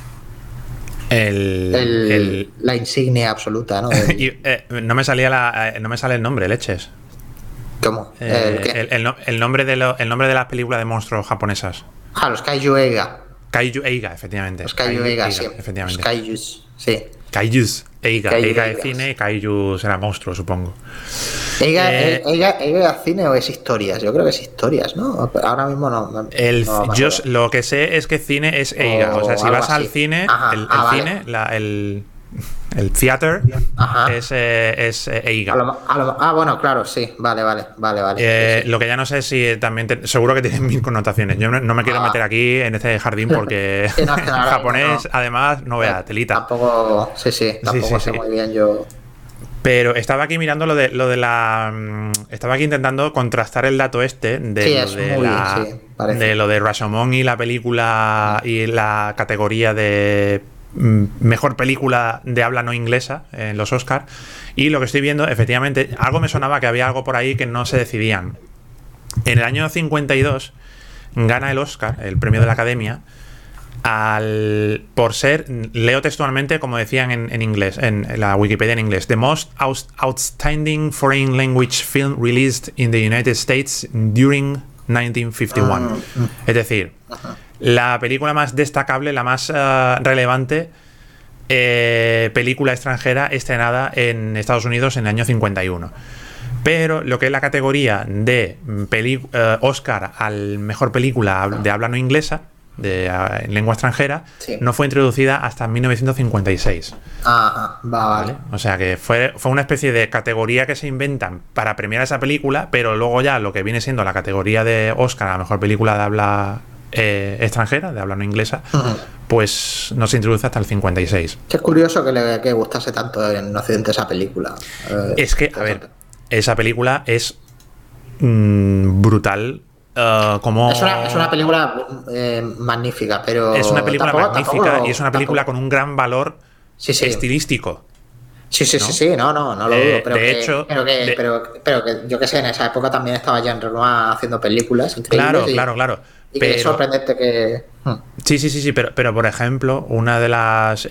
el, el, el la insignia absoluta, ¿no? El, y, eh, no me salía la, eh, no me sale el nombre, leches. ¿Cómo? Eh, ¿El, el, el, el nombre de lo, el nombre de las películas de monstruos japonesas. Ah, los Kaiju Eiga. Kaiju Eiga, efectivamente. Los Kaiju Eiga, sí. Efectivamente. Los Kaijus, sí. Kaijus, Eiga, Kaiju Eiga de cine y Kaiju será monstruo, supongo. Eiga, eh, Eiga, Eiga de cine o es historias, yo creo que es historias, ¿no? Ahora mismo no. no el, no yo lo que sé es que cine es Eiga, o, o sea, si vas así. al cine, Ajá, el, el ah, cine, vale. la, el, el theater es, eh, es eh, Eiga. A lo, a lo, ah, bueno, claro, sí, vale, vale, vale, vale. Eh, sí, sí. Lo que ya no sé si también, te, seguro que tiene mil connotaciones. Yo no, no me quiero ah. meter aquí en este jardín porque sí, no, claro, japonés, no. además, no vea, telita. Tampoco, sí, sí, tampoco sí, sí, sé sí. muy bien yo. Pero estaba aquí mirando lo de lo de la. Estaba aquí intentando contrastar el dato este de, sí, lo, es de, muy, la, sí, de lo de Rashomon y la película mm. y la categoría de mejor película de habla no inglesa en los Oscars. Y lo que estoy viendo, efectivamente, algo me sonaba que había algo por ahí que no se decidían. En el año cincuenta y dos gana el Oscar, el premio de la Academia, al por ser, leo textualmente como decían en, en inglés, en, en la Wikipedia en inglés, the most out, outstanding foreign language film released in the United States during nineteen fifty-one. Uh, uh, es decir, uh, la película más destacable, la más uh, relevante eh, película extranjera estrenada en Estados Unidos en el año cincuenta y uno. Pero lo que es la categoría de peli, uh, Oscar al mejor película de habla no inglesa, de uh, lengua extranjera, sí. no fue introducida hasta mil novecientos cincuenta y seis. Ah, vale. ¿Vale? O sea que fue, fue una especie de categoría que se inventan para premiar esa película, pero luego ya lo que viene siendo la categoría de Oscar a la mejor película de habla eh, extranjera, de habla no inglesa, uh-huh. pues no se introduce hasta el cincuenta y seis. Es curioso que le que gustase tanto en Occidente esa película. Eh, es que, a ver, esa película es mmm, brutal. Uh, como... es, una, es una película eh, magnífica, pero es una película tampoco, magnífica tampoco, y es una película tampoco. con un gran valor sí, sí. estilístico. Sí, sí, ¿no? sí, sí, no, no, no lo eh, dudo. Pero de que, hecho, pero que, de... pero, pero que yo que sé, en esa época también estaba Jean Renoir haciendo películas increíbles. Claro, y, claro, claro. Y pero... que es sorprendente que. Sí, sí, sí, sí, pero, pero por ejemplo, una de las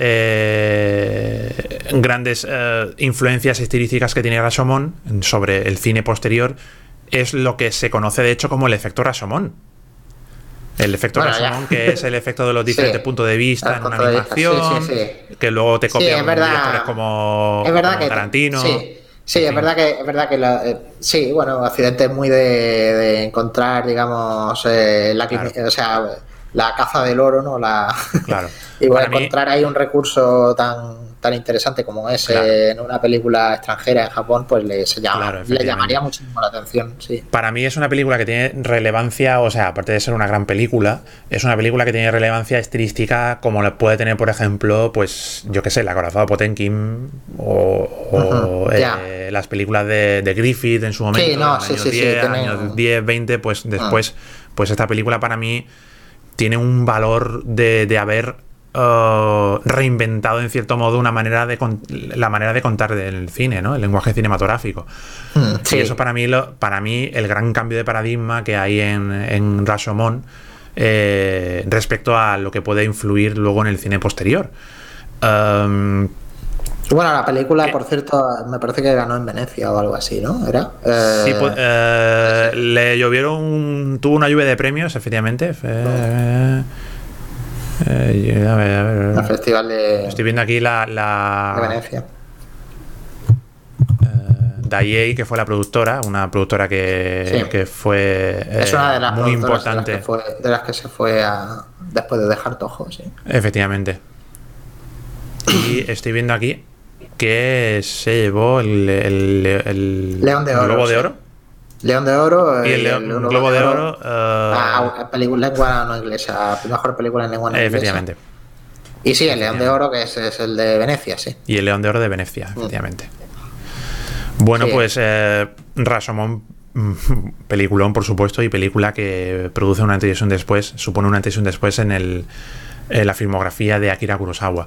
eh, grandes eh, influencias estilísticas que tiene Rashomon sobre el cine posterior es lo que se conoce de hecho como el efecto Rashomon. El efecto bueno, Rashomon, que es el efecto de los diferentes sí. puntos de vista en una animación, sí, sí, sí. que luego te copian sí, directores como, es verdad como que Tarantino. Sí. Sí, es verdad que es verdad que la, eh, sí, bueno, Occidente es muy de, de encontrar, digamos, eh, la, claro. o sea, la caza del oro, ¿no? La claro. y bueno, encontrar mí... ahí un recurso tan tan interesante como ese claro. en una película extranjera en Japón, pues le, se llama, claro, le llamaría muchísimo la atención, sí. Para mí es una película que tiene relevancia, o sea, aparte de ser una gran película, es una película que tiene relevancia estilística como la puede tener, por ejemplo, pues, yo qué sé, La Corazón de Potemkin o, o uh-huh. eh, las películas de, de Griffith en su momento, sí, no, en sí, años sí, diez, sí, años tienen... diez, veinte, pues después, uh-huh. pues esta película para mí tiene un valor de, de haber uh, reinventado en cierto modo una manera de con, la manera de contar del cine, ¿no? El lenguaje cinematográfico. Mm, sí. Y eso para mí, lo, para mí el gran cambio de paradigma que hay en, en Rashomon eh, respecto a lo que puede influir luego en el cine posterior. Um, Bueno, la película, por cierto, me parece que ganó en Venecia o algo así, ¿no? ¿Era? Eh, sí, pues, eh, sí, le llovieron, un, tuvo una lluvia de premios, efectivamente. Eh, eh, a ver, a ver. El festival de... Estoy viendo aquí la... la de Venecia. Eh, Daiei, que fue la productora, una productora que, sí. que fue eh, es una de las muy importante. De las, que fue, de las que se fue a, después de dejar Toho, sí. Efectivamente. Y estoy viendo aquí que se llevó el, el, el León de Oro. Globo de sí. Oro. León de Oro. Y el, León, el Globo de Oro. oro uh, a película lengua no inglesa. Mejor película en lengua no inglesa. Efectivamente. Y sí, el León de Oro, que es, es el de Venecia, sí. Y el León de Oro de Venecia, efectivamente. Mm. Bueno, sí. pues eh, Rashomon, peliculón, por supuesto, y película que produce un antes y un después, supone un antes y un después en, el, en la filmografía de Akira Kurosawa.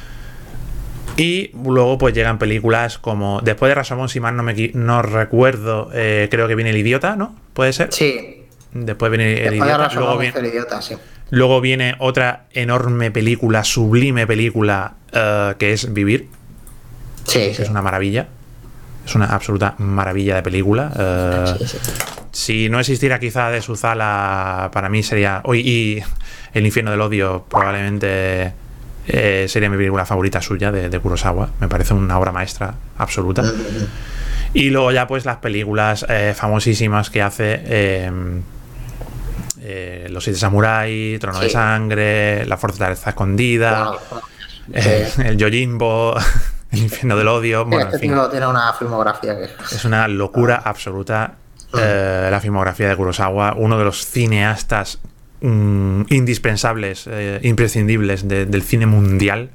Y luego pues llegan películas como... Después de Rashomon, si mal no, me, no recuerdo, eh, creo que viene El Idiota, ¿no? ¿Puede ser? Sí. Después viene El Después Idiota. De Rashomon luego viene, El Idiota, sí. Luego viene otra enorme película, sublime película, uh, que es Vivir. Sí, que sí. Es una maravilla. Es una absoluta maravilla de película. Uh, sí, sí. Si no existiera quizá de su sala, para mí sería... Hoy y El Infierno del Odio probablemente... Eh, sería mi película favorita suya de, de Kurosawa. Me parece una obra maestra absoluta. Uh-huh. Y luego ya pues las películas eh, famosísimas que hace eh, eh, Los Siete Samurai, Trono sí. de Sangre, La Fortaleza Escondida, wow. eh, sí. El Yojimbo, El Infierno del Odio. Sí, bueno, este en fin, tipo tiene una filmografía que es una locura uh-huh. absoluta. Uh-huh. eh, la filmografía de Kurosawa, uno de los cineastas indispensables, eh, imprescindibles de, del cine mundial,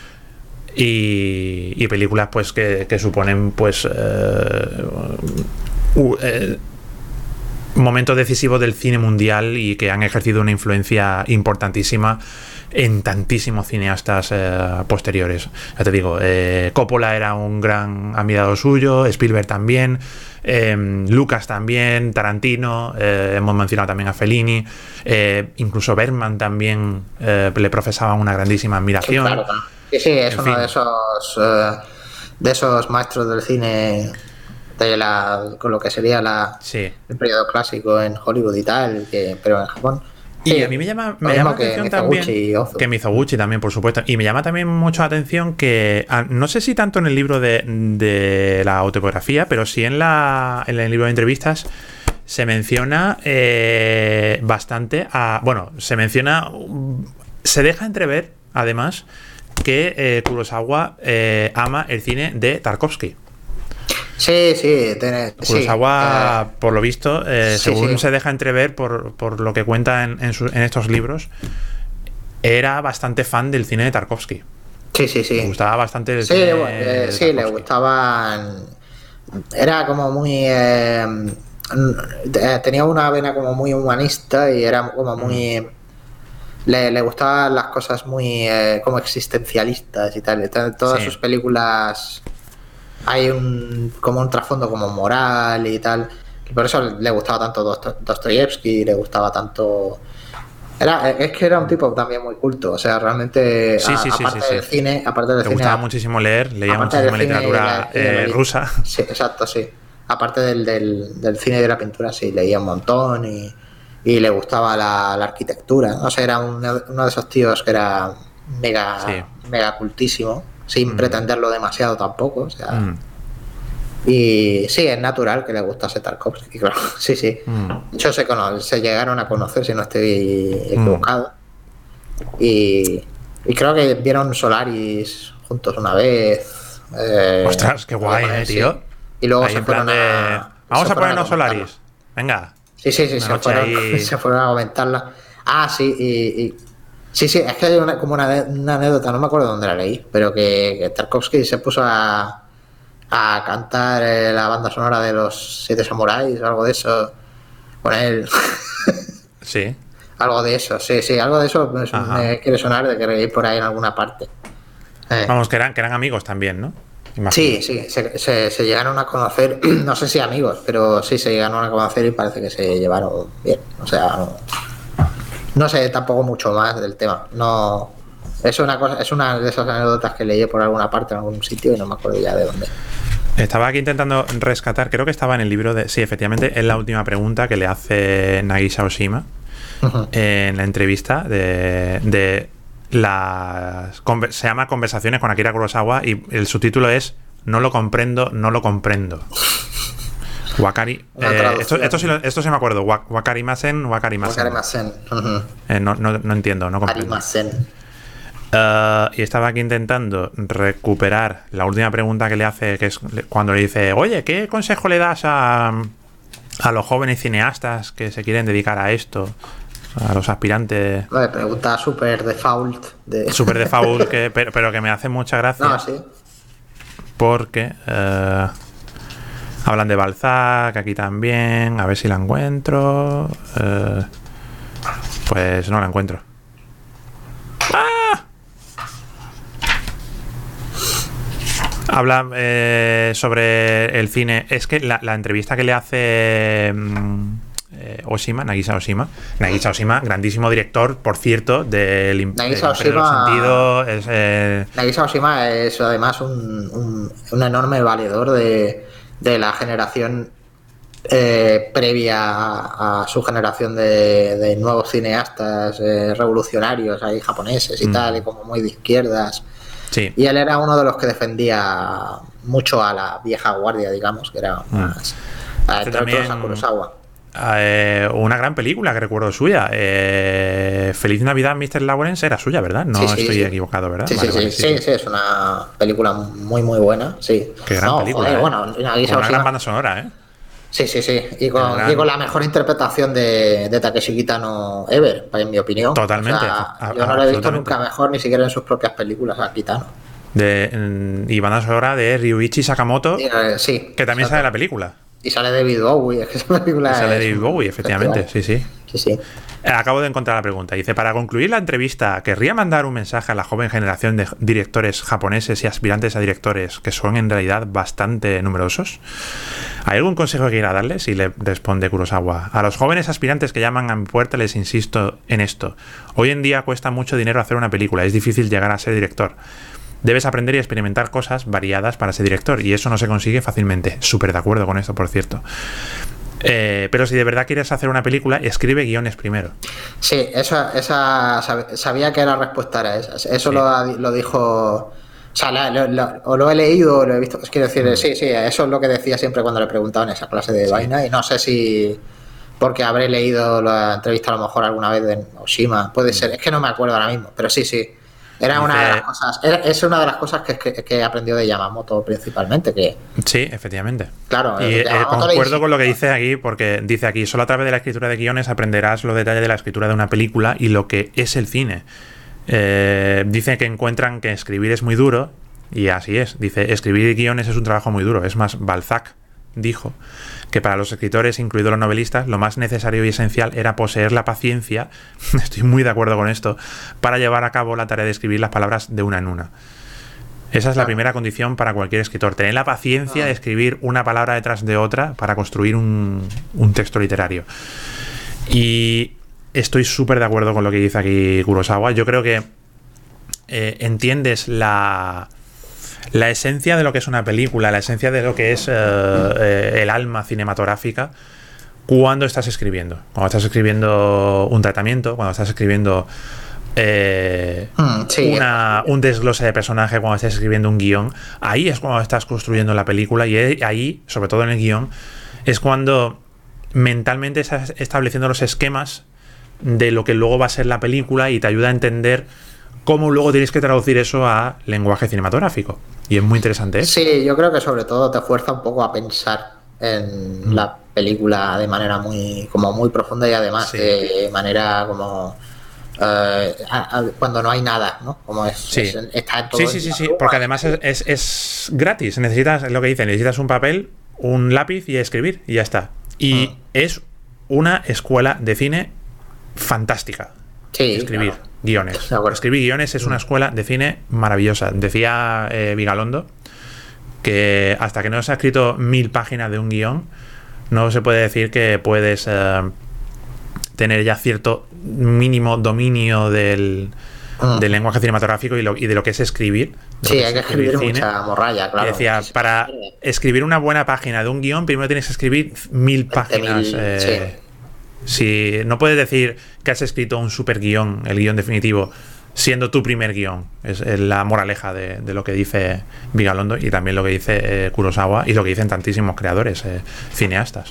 y, y películas pues que, que suponen pues eh, uh, eh, momentos decisivos del cine mundial y que han ejercido una influencia importantísima en tantísimos cineastas eh, posteriores. Ya te digo, eh, Coppola era un gran admirado suyo, Spielberg también, eh, Lucas también, Tarantino, eh, hemos mencionado también a Fellini, eh, incluso Bergman también eh, le profesaba una grandísima admiración. Sí, claro. Sí, sí, es en uno fin. de esos uh, de esos maestros del cine de la, con lo que sería la, sí. el periodo clásico en Hollywood y tal, que, pero en Japón. Y sí, a mí me llama, me llama la atención también que Mizoguchi también, por supuesto, y me llama también mucho la atención que no sé si tanto en el libro de, de la autobiografía, pero sí en la en el libro de entrevistas se menciona eh, bastante a, bueno, se menciona, se deja entrever además que eh, Kurosawa eh, ama el cine de Tarkovsky. Sí, sí, tiene, Kurosawa, sí, eh, por lo visto, eh, sí, según sí. se deja entrever por, por lo que cuenta en, en, su, en estos libros, era bastante fan del cine de Tarkovsky. Sí, sí, sí. Le gustaba bastante el sí, cine bueno, de eh, Tarkovsky. Sí, le gustaban. Era como muy. Eh, tenía una vena como muy humanista y era como muy. Mm. Le, le gustaban las cosas muy eh, como existencialistas y tal. Todas sí. sus películas. Hay un como un trasfondo como moral y tal, y por eso le gustaba tanto Dostoyevsky, le gustaba tanto era es que era un tipo también muy culto, o sea, realmente sí, a, sí, aparte sí, del sí. cine aparte del le cine gustaba a, muchísimo leer, leía muchísima literatura la, eh, rusa. Sí, exacto, sí. Aparte del, del, del cine y de la pintura, sí, leía un montón y, y le gustaba la, la arquitectura, o sea, era uno, uno de esos tíos que era mega, sí. mega cultísimo, sin mm. pretenderlo demasiado tampoco, o sea... Mm. Y sí, es natural que le gustase Tarkovsky, claro. Sí, sí. Mm. De hecho, se, cono- se llegaron a conocer, si no estoy equivocado. Mm. Y, y creo que vieron Solaris juntos una vez. Eh, Ostras, qué guay, eh, tío. Sí. Y luego ahí se fueron de... a... Vamos se a ponernos Solaris. Venga. Sí, sí, sí, se fueron, ahí... se fueron a comentarla. Ah, sí, y... y... Sí, sí, es que hay una, como una, una anécdota, no me acuerdo dónde la leí, pero que, que Tarkovsky se puso a... a cantar eh, la banda sonora de los Siete Samuráis o algo de eso con él. Sí. Algo de eso, sí, sí, algo de eso me, me quiere sonar de que leí por ahí en alguna parte. Eh. Vamos, que eran, que eran amigos también, ¿no? Imagino. Sí, sí, se, se, se llegaron a conocer, no sé si amigos, pero sí se llegaron a conocer y parece que se llevaron bien. O sea, no, no sé tampoco mucho más del tema. No, es una cosa, es una de esas anécdotas que leí por alguna parte en algún sitio y no me acuerdo ya de dónde. Estaba aquí intentando rescatar, creo que estaba en el libro de... Sí, efectivamente, es la última pregunta que le hace Nagisa Oshima uh-huh. en la entrevista de, de las... Se llama Conversaciones con Akira Kurosawa y el subtítulo es No lo comprendo, no lo comprendo. Wakari... Eh, esto, esto, sí, esto sí me acuerdo. Wakarimasen, Wakarimasen. Wakarimasen. Uh-huh. Eh, no, no, no entiendo, no comprendo. Wakarimasen. Uh, y estaba aquí intentando recuperar la última pregunta que le hace, que es cuando le dice, oye, ¿qué consejo le das a, a los jóvenes cineastas que se quieren dedicar a esto? A los aspirantes. Vale, pregunta súper default. De... Súper default, que, pero, pero que me hace mucha gracia. No, sí. Porque uh, hablan de Balzac, aquí también, a ver si la encuentro. Uh, pues no la encuentro. ¡Ah! Habla eh, sobre el cine. Es que la, la entrevista que le hace eh, Oshima, Nagisa Oshima, Nagisa Oshima, grandísimo director, por cierto, del Nagisa Oshima, sentido, es, eh... Nagisa Oshima es además un, un, un enorme valedor de, de la generación eh, previa a, a su generación de, de nuevos cineastas eh, revolucionarios ahí japoneses y mm. tal, y como muy de izquierdas. Sí. Y él era uno de los que defendía mucho a la vieja guardia, digamos, que era más mm. a, entre otros a Kurosawa. Eh, una gran película que recuerdo suya, eh, Feliz Navidad, mister Lawrence, era suya, ¿verdad? No sí, sí, estoy sí. equivocado, ¿verdad? Sí, vale, sí, vale, sí, sí, sí, es una película muy, muy buena, sí. Qué gran no, película, joder, ¿eh? Bueno, una, una gran banda sonora, ¿eh? Sí, sí, sí. Y con, gran... y con la mejor interpretación de, de Takeshi Kitano ever, en mi opinión. Totalmente. O sea, a, yo no lo he visto nunca mejor, ni siquiera en sus propias películas, a Kitano. De, y banda sonora de Ryuichi Sakamoto, y, eh, sí, que también sale en la película. Y sale David Bowie. Es que esa película y sale es David Bowie, efectivamente. Sí, sí. Sí, sí. Acabo de encontrar la pregunta. Dice, para concluir la entrevista, ¿querría mandar un mensaje a la joven generación de directores japoneses y aspirantes a directores que son en realidad bastante numerosos? ¿Hay algún consejo que quiera darles? Y le responde Kurosawa. A los jóvenes aspirantes que llaman a mi puerta les insisto en esto. Hoy en día cuesta mucho dinero hacer una película. Es difícil llegar a ser director. Debes aprender y experimentar cosas variadas para ser director, y eso no se consigue fácilmente. Súper de acuerdo con esto, por cierto. Eh, pero si de verdad quieres hacer una película, escribe guiones primero. Sí, esa, esa sabía que la respuesta era esa. Eso sí. lo, lo dijo... O sea, la, lo, lo, o lo he leído o lo he visto. Es quiero decir, mm. sí, sí, eso es lo que decía siempre cuando le preguntaban esa clase de sí. vaina, y no sé si... Porque habré leído la entrevista a lo mejor alguna vez de Oshima. Puede mm. ser, es que no me acuerdo ahora mismo, pero sí, sí. Era una de las cosas, era, es una de las cosas que, que, que aprendió de Yamamoto principalmente. Que, sí, efectivamente. Claro, y eh, concuerdo con lo que dice aquí, porque dice aquí, solo a través de la escritura de guiones aprenderás los detalles de la escritura de una película y lo que es el cine. Eh, dice que encuentran que escribir es muy duro, y así es. Dice, escribir guiones es un trabajo muy duro. Es más, Balzac dijo que para los escritores, incluidos los novelistas, lo más necesario y esencial era poseer la paciencia, estoy muy de acuerdo con esto, para llevar a cabo la tarea de escribir las palabras de una en una. Esa es la primera condición para cualquier escritor, tener la paciencia de escribir una palabra detrás de otra para construir un, un texto literario. Y estoy súper de acuerdo con lo que dice aquí Kurosawa. Yo creo que eh, entiendes la... la esencia de lo que es una película, la esencia de lo que es eh, eh, el alma cinematográfica cuando estás escribiendo. Cuando estás escribiendo un tratamiento, cuando estás escribiendo eh, mm, sí. una, un desglose de personaje cuando estás escribiendo un guión. Ahí es cuando estás construyendo la película y ahí, sobre todo en el guión, es cuando mentalmente estás estableciendo los esquemas de lo que luego va a ser la película y te ayuda a entender cómo luego tienes que traducir eso a lenguaje cinematográfico. Y es muy interesante, ¿eh? Sí, yo creo que sobre todo te fuerza un poco a pensar en mm. la película de manera muy como muy profunda y además sí. de manera como uh, a, a, cuando no hay nada, ¿no? Como es, sí. es está todo sí, sí, sí, sí, porque además es, es, es gratis. Necesitas, es lo que dicen, necesitas un papel, un lápiz y escribir y ya está. Y mm. es una escuela de cine fantástica. Sí, escribir claro. guiones. Escribir guiones es una escuela de cine maravillosa. Decía eh, Vigalondo que hasta que no se ha escrito mil páginas de un guión, no se puede decir que puedes eh, tener ya cierto mínimo dominio del, mm. del lenguaje cinematográfico y, lo, y de lo que es escribir. Sí, hay que escribir, escribir mucha morralla, claro. Y decía, para escribir una buena página de un guión, primero tienes que escribir mil páginas. Eh, sí. Si no puedes decir que has escrito un super guión, el guión definitivo, siendo tu primer guión. Es, es la moraleja de, de lo que dice Vigalondo y también lo que dice eh, Kurosawa y lo que dicen tantísimos creadores, eh, cineastas.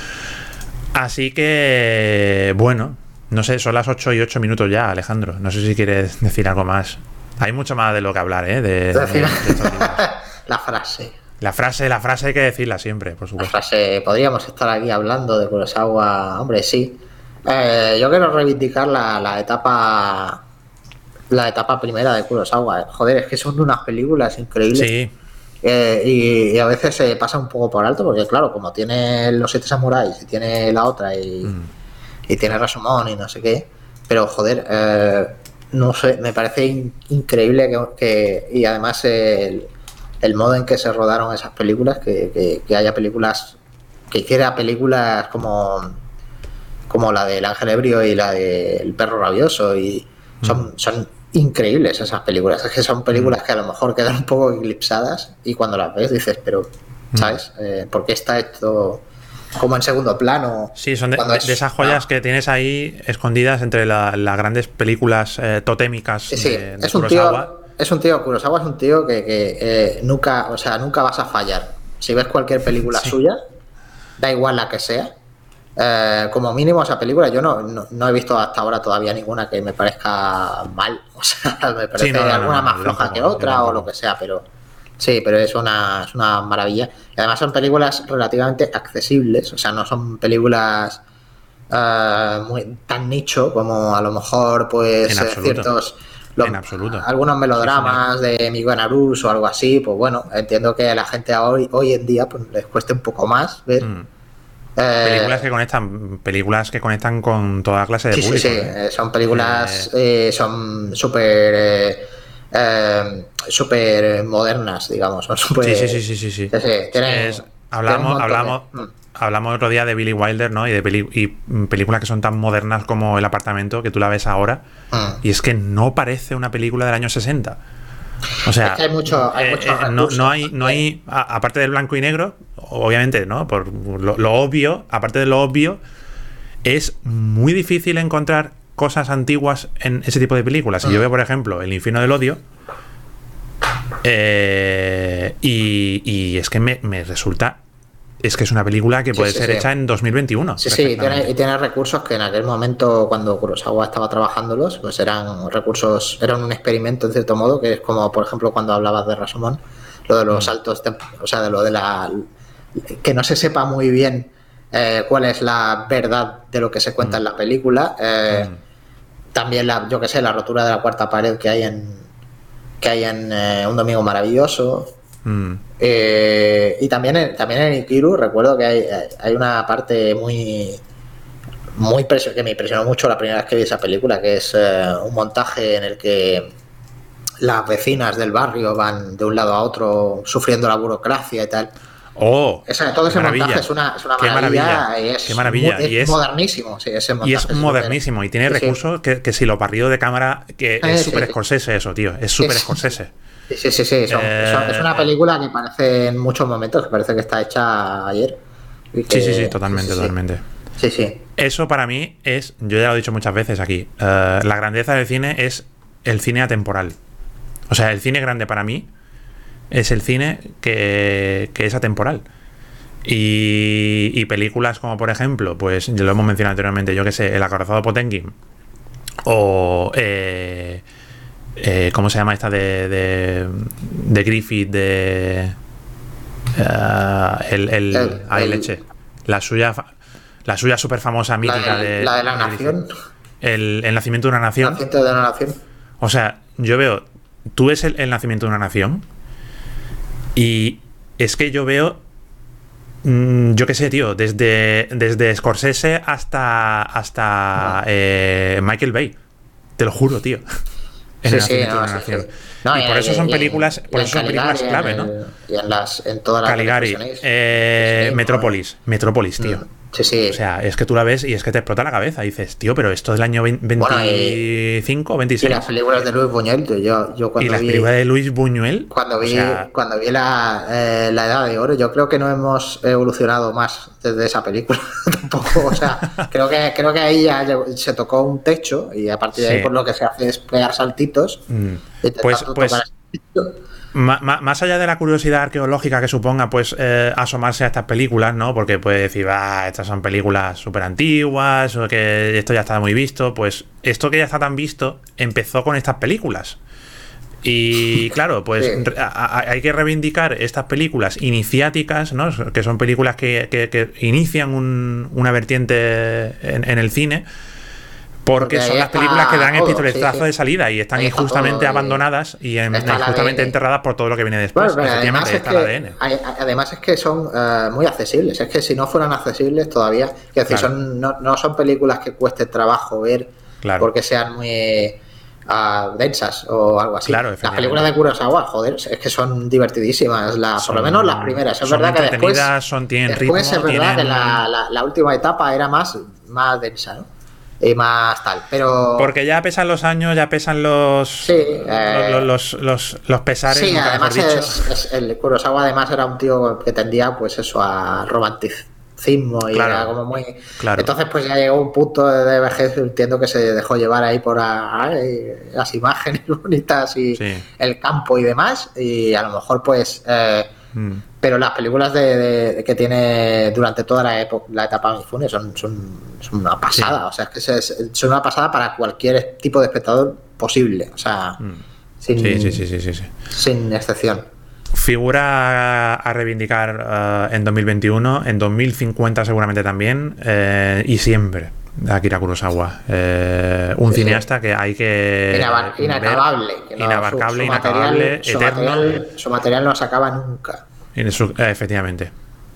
Así que, bueno, no sé, son las ocho y ocho minutos ya, Alejandro. No sé si quieres decir algo más. Hay mucho más de lo que hablar, ¿eh? De, de, de estos libros. La frase. La frase, la frase hay que decirla siempre, por supuesto. La frase, podríamos estar aquí hablando de Kurosawa, hombre, sí. Eh, yo quiero reivindicar la, la etapa la etapa primera de Kurosawa. Joder, es que son unas películas increíbles. Sí. Eh, y, y a veces se pasa un poco por alto, porque claro, como tiene Los Siete Samuráis y tiene la otra y, mm. y tiene Rashomon y no sé qué, pero joder, eh, no sé, me parece in, increíble que, que y además el el modo en que se rodaron esas películas, que, que, que haya películas, que quiera películas como como la del Ángel Ebrio y la del Perro Rabioso, y son, mm. son increíbles esas películas. Es que son películas que a lo mejor quedan un poco eclipsadas y cuando las ves dices, pero ¿sabes? Eh, ¿por qué está esto como en segundo plano? Sí, son de, de, es, de esas joyas no. que tienes ahí escondidas entre las la grandes películas eh, totémicas sí, sí. de, de es un Kurosawa. Tío, es un tío, Kurosawa es un tío que, que eh, nunca, o sea, nunca vas a fallar. Si ves cualquier película sí. suya, da igual la que sea, eh, como mínimo esa película, yo no, no, no he visto hasta ahora todavía ninguna que me parezca mal. O sea, me parece sí, no, no, alguna no, más floja tampoco, que otra o lo que sea, pero sí, pero es una, es una maravilla. Y además son películas relativamente accesibles, o sea, no son películas uh, muy tan nicho como a lo mejor pues eh, ciertos los, en absoluto. algunos melodramas sí, de Miguel Arús o algo así. Pues bueno, entiendo que a la gente hoy, hoy en día pues les cueste un poco más ver mm. Eh, películas que conectan películas que conectan con toda clase de sí, público. Sí, sí, ¿eh? Son películas eh, eh, son súper eh, eh, súper modernas, digamos. Son super, sí, sí, sí, sí, sí, sí. sí, sí tienen, es, hablamos, hablamos, de, mm. hablamos otro día de Billy Wilder, ¿no? Y de peli y películas que son tan modernas como El Apartamento, que tú la ves ahora, mm. y es que no parece una película del año sesenta. O sea, es que hay mucho, hay eh, mucho eh, no, no hay, no hay a, aparte del blanco y negro, obviamente, ¿no? Por lo, lo obvio, aparte de lo obvio, es muy difícil encontrar cosas antiguas en ese tipo de películas. Si mm. yo veo, por ejemplo, El Infierno del Odio, eh, y, y es que me, me resulta. Es que es una película que puede sí, sí, ser sí. hecha en dos mil veintiuno. Sí, sí, y tiene, y tiene recursos que en aquel momento, cuando Kurosawa estaba trabajándolos, pues eran recursos, eran un experimento en cierto modo, que es como, por ejemplo, cuando hablabas de Rashomon, lo de los mm. saltos, o sea, de lo de la. Que no se sepa muy bien eh, cuál es la verdad de lo que se cuenta mm. en la película. Eh, mm. También, la, yo que sé, la rotura de la cuarta pared que hay en, que hay en eh, Un Domingo Maravilloso. Mm. Eh, y también en, también en Ikiru recuerdo que hay, hay una parte muy muy preso, que me impresionó mucho la primera vez que vi esa película, que es eh, un montaje en el que las vecinas del barrio van de un lado a otro sufriendo la burocracia y tal. Oh, Esa, todo ese maravilla. montaje es una, es una qué maravilla, maravilla y es, qué maravilla. Muy, es, y es modernísimo sí, ese y es modernísimo super, y tiene sí, recursos sí. Que, que si lo barrido de cámara que es súper sí, Scorsese sí. Eso, tío, es súper Scorsese. Sí, sí, sí, sí. Son, eh... son, es una película que parece en muchos momentos que parece que está hecha ayer. Que, sí, sí, sí, totalmente, sí, sí, totalmente. Sí, sí. Eso para mí es, yo ya lo he dicho muchas veces aquí, uh, la grandeza del cine es el cine atemporal. O sea, el cine grande para mí es el cine que, que es atemporal. Y, y películas como, por ejemplo, pues ya lo hemos mencionado anteriormente, yo que sé, El acorazado Potemkin, o eh, eh, ¿cómo se llama esta de de, de Griffith, de uh, el, el, el ay, el, leche la suya la suya súper famosa, mítica, la de, de la de la nación, el, el nacimiento de una nación. El nacimiento de una nación. O sea, yo veo, tú ves el, el nacimiento de una nación y es que yo veo, mmm, yo qué sé, tío, desde, desde Scorsese hasta hasta eh, Michael Bay, te lo juro, tío. En sí, el sí, nacimiento no, de una sí, nación. sí. No, y, y por eso son películas, por eso son películas clave, en ¿no? El, y en las en todas las Caligari, eh, Metrópolis, Metrópolis, tío. Mm. Sí, sí. O sea, es que tú la ves y es que te explota la cabeza. Y dices, tío, pero esto es del año veinticinco o bueno, veintiséis. Y las películas de Luis Buñuel, yo, yo cuando y las vi, películas de Luis Buñuel. Cuando vi, o sea, cuando vi la, eh, la Edad de Oro, yo creo que no hemos evolucionado más desde esa película. Tampoco, o sea, creo que, creo que ahí ya se tocó un techo y a partir de ahí, sí. por lo que se hace es pegar saltitos. Mm. Pues, pues más allá de la curiosidad arqueológica que suponga, pues eh, asomarse a estas películas, ¿no? Porque puede decir, ah, estas son películas súper antiguas, o que esto ya está muy visto. Pues esto que ya está tan visto empezó con estas películas. Y claro, pues sí. a, a, hay que reivindicar estas películas iniciáticas, ¿no? Que son películas que, que, que inician un, una vertiente en, en el cine. Porque, porque son las películas que dan el pistoletazo sí, sí. de salida y están injustamente todo, abandonadas y en, injustamente enterradas por todo lo que viene después. Bueno, efectivamente está el A D N. Hay, además es que son uh, muy accesibles. Es que si no fueran accesibles todavía, es decir, claro. son, no, no son películas que cueste trabajo ver claro. porque sean muy uh, densas o algo así. Claro, las películas de Kurosawa, joder, es que son divertidísimas. La, son, por lo menos las primeras. Es verdad que después, son, tienen después ritmo, es verdad tienen... que la, la, la última etapa era más, más densa, ¿no? Y más tal, pero... Porque ya pesan los años, ya pesan los sí, eh... los, los, los, los pesares. Sí, además es, es, el Kurosawa además era un tío que tendía pues eso a romanticismo y claro, era como muy... Claro. Entonces pues ya llegó un punto de vejez, entiendo que se dejó llevar ahí por ahí, las imágenes bonitas y sí. el campo y demás, y a lo mejor pues... Eh, mm. Pero las películas de, de, de que tiene durante toda la época, la etapa Mifune son, son, son una pasada. Sí. O sea, es que es, son una pasada para cualquier tipo de espectador posible. O sea, mm. sin, sí, sí, sí, sí, sí, sí. sin excepción. Figura a reivindicar uh, en dos mil veintiuno, en dos mil cincuenta seguramente también, eh, y siempre. Akira Kurosawa, eh, un sí, cineasta que hay que Inabar inacabable, ver, que no, inabarcable, su, su inacabable, material, su eterno. Material, su material no se acaba nunca. Su, eh, efectivamente.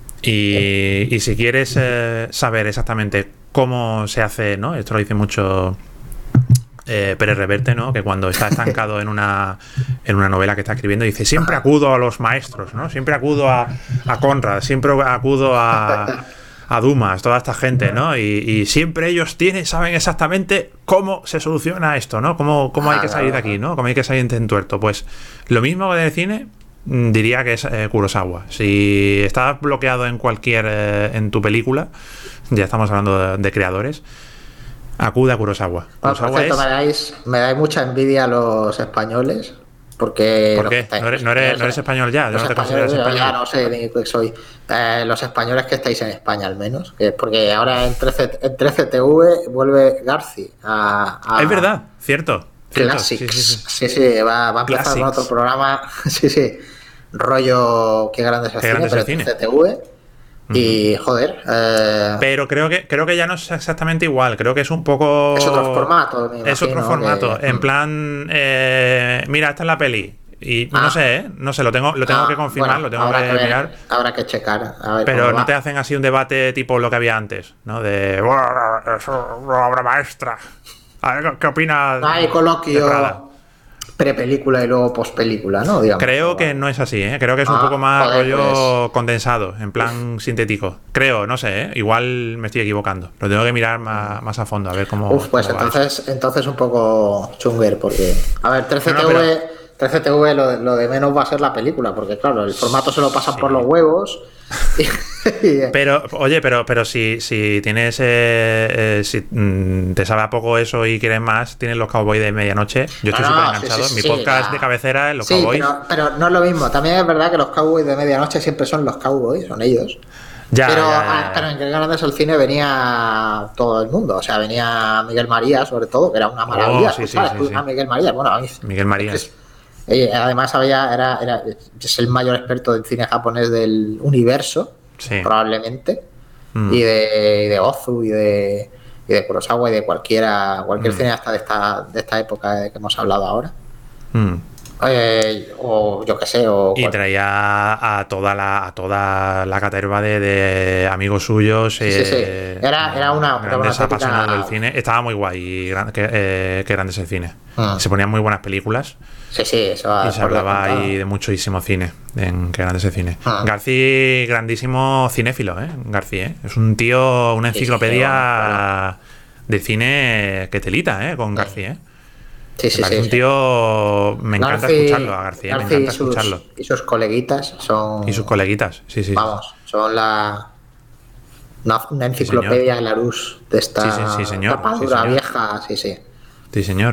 Y, y si quieres eh, saber exactamente cómo se hace, ¿no? Esto lo dice mucho eh, Pérez Reverte, ¿no? Que cuando está estancado en una en una novela que está escribiendo dice, siempre acudo a los maestros, ¿no? Siempre acudo a, a Conrad, siempre acudo a, a Dumas, toda esta gente, ¿no? Y, y siempre ellos tienen, saben exactamente cómo se soluciona esto, ¿no? Cómo, cómo hay que salir de aquí, ¿no? Cómo hay que salir de entuerto. Pues lo mismo que del cine, diría que es eh, Kurosawa. Si estás bloqueado en cualquier eh, en tu película, ya estamos hablando de, de creadores, acude a Kurosawa. Bueno, Kurosawa por cierto, es... me dais, me dais mucha envidia a los españoles. Porque ¿Por qué? ¿No eres, no eres, no eres español ya? Los ¿No te consideras español? Ya no sé ni qué soy. Eh, los españoles que estáis en España al menos. Que porque ahora en trece, en trece T V vuelve Garci a, a... Es verdad, cierto. Classics. Sí, sí, sí. sí, sí va, va a empezar con otro programa. sí, sí. Rollo Qué grande es el cine, pero en C T V. Y joder. Eh... Pero creo que creo que ya no es exactamente igual. Creo que es un poco. Es otro formato. Me imagino, es otro formato. Que... En plan, eh, mira, esta es la peli. Y ah. no sé, ¿eh? No sé, lo tengo, lo tengo ah, que confirmar, bueno, lo tengo que, que ver, mirar. Habrá que checar. A ver pero no va. Te hacen así un debate tipo lo que había antes, ¿no? De. Es una obra maestra. A ver, ¿qué opinas? Hay coloquio. Prepelícula y luego pospelícula, ¿no? Digamos. Creo que no es así, ¿eh? Creo que es un ah, poco más joder, rollo pues... condensado, en plan Uf. sintético. Creo, no sé, ¿eh? Igual me estoy equivocando. Lo tengo que mirar más, más a fondo, a ver cómo. Uf, pues cómo entonces, entonces un poco chunguer, porque. A ver, trece T V, no, no, pero... trece T V lo, lo de menos va a ser la película, porque claro, el formato se lo pasan sí. por los huevos. Pero, oye, pero, pero si, si tienes. Eh, eh, si mm, te sabe a poco eso y quieres más, tienes los Cowboys de medianoche. Yo estoy súper no, no, enganchado. sí, sí, Mi sí, podcast la... de cabecera es los sí, Cowboys. Pero, pero no es lo mismo. También es verdad que los Cowboys de medianoche siempre son los Cowboys, son ellos. Ya, pero, ya, ya, ya. pero en que ganas el cine venía todo el mundo. O sea, venía Miguel María, sobre todo, que era una maravilla. Oh, sí, escuchar, sí, sí, sí. a Miguel María, bueno, a mí. Miguel María. Es, eh, además, había, era, era, es el mayor experto del cine japonés del universo, sí. probablemente. Mm. Y de, de Ozu y de, y de Kurosawa y de cualquiera, cualquier mm. cineasta de esta, de esta época de que hemos hablado ahora. Mm. Eh, o yo qué sé. O y traía a toda la a toda la caterva de, de amigos suyos. Sí, sí, sí. Era, era una. Grandes una apasionados del cine. Estaba muy guay. Gran, que, eh, que grandes el cine. Mm. Se ponían muy buenas películas. Sí, sí, eso. Y se hablaba ahí de muchísimo cine. En que grandes el cine. Mm. García, grandísimo cinéfilo, ¿eh? García, ¿eh? Es un tío, una enciclopedia sí, sí, bueno, de cine que telita, ¿eh? Con García, ¿eh? Sí, sí, sí, un tío. Me encanta García, escucharlo a García. García me encanta y sus, escucharlo. Y sus coleguitas son. Y sus coleguitas, sí, sí. Vamos, son la. Una, una enciclopedia sí, Larousse de esta sí, sí, sí, señor. tapadura sí, señor. vieja, sí, sí. Sí, señor.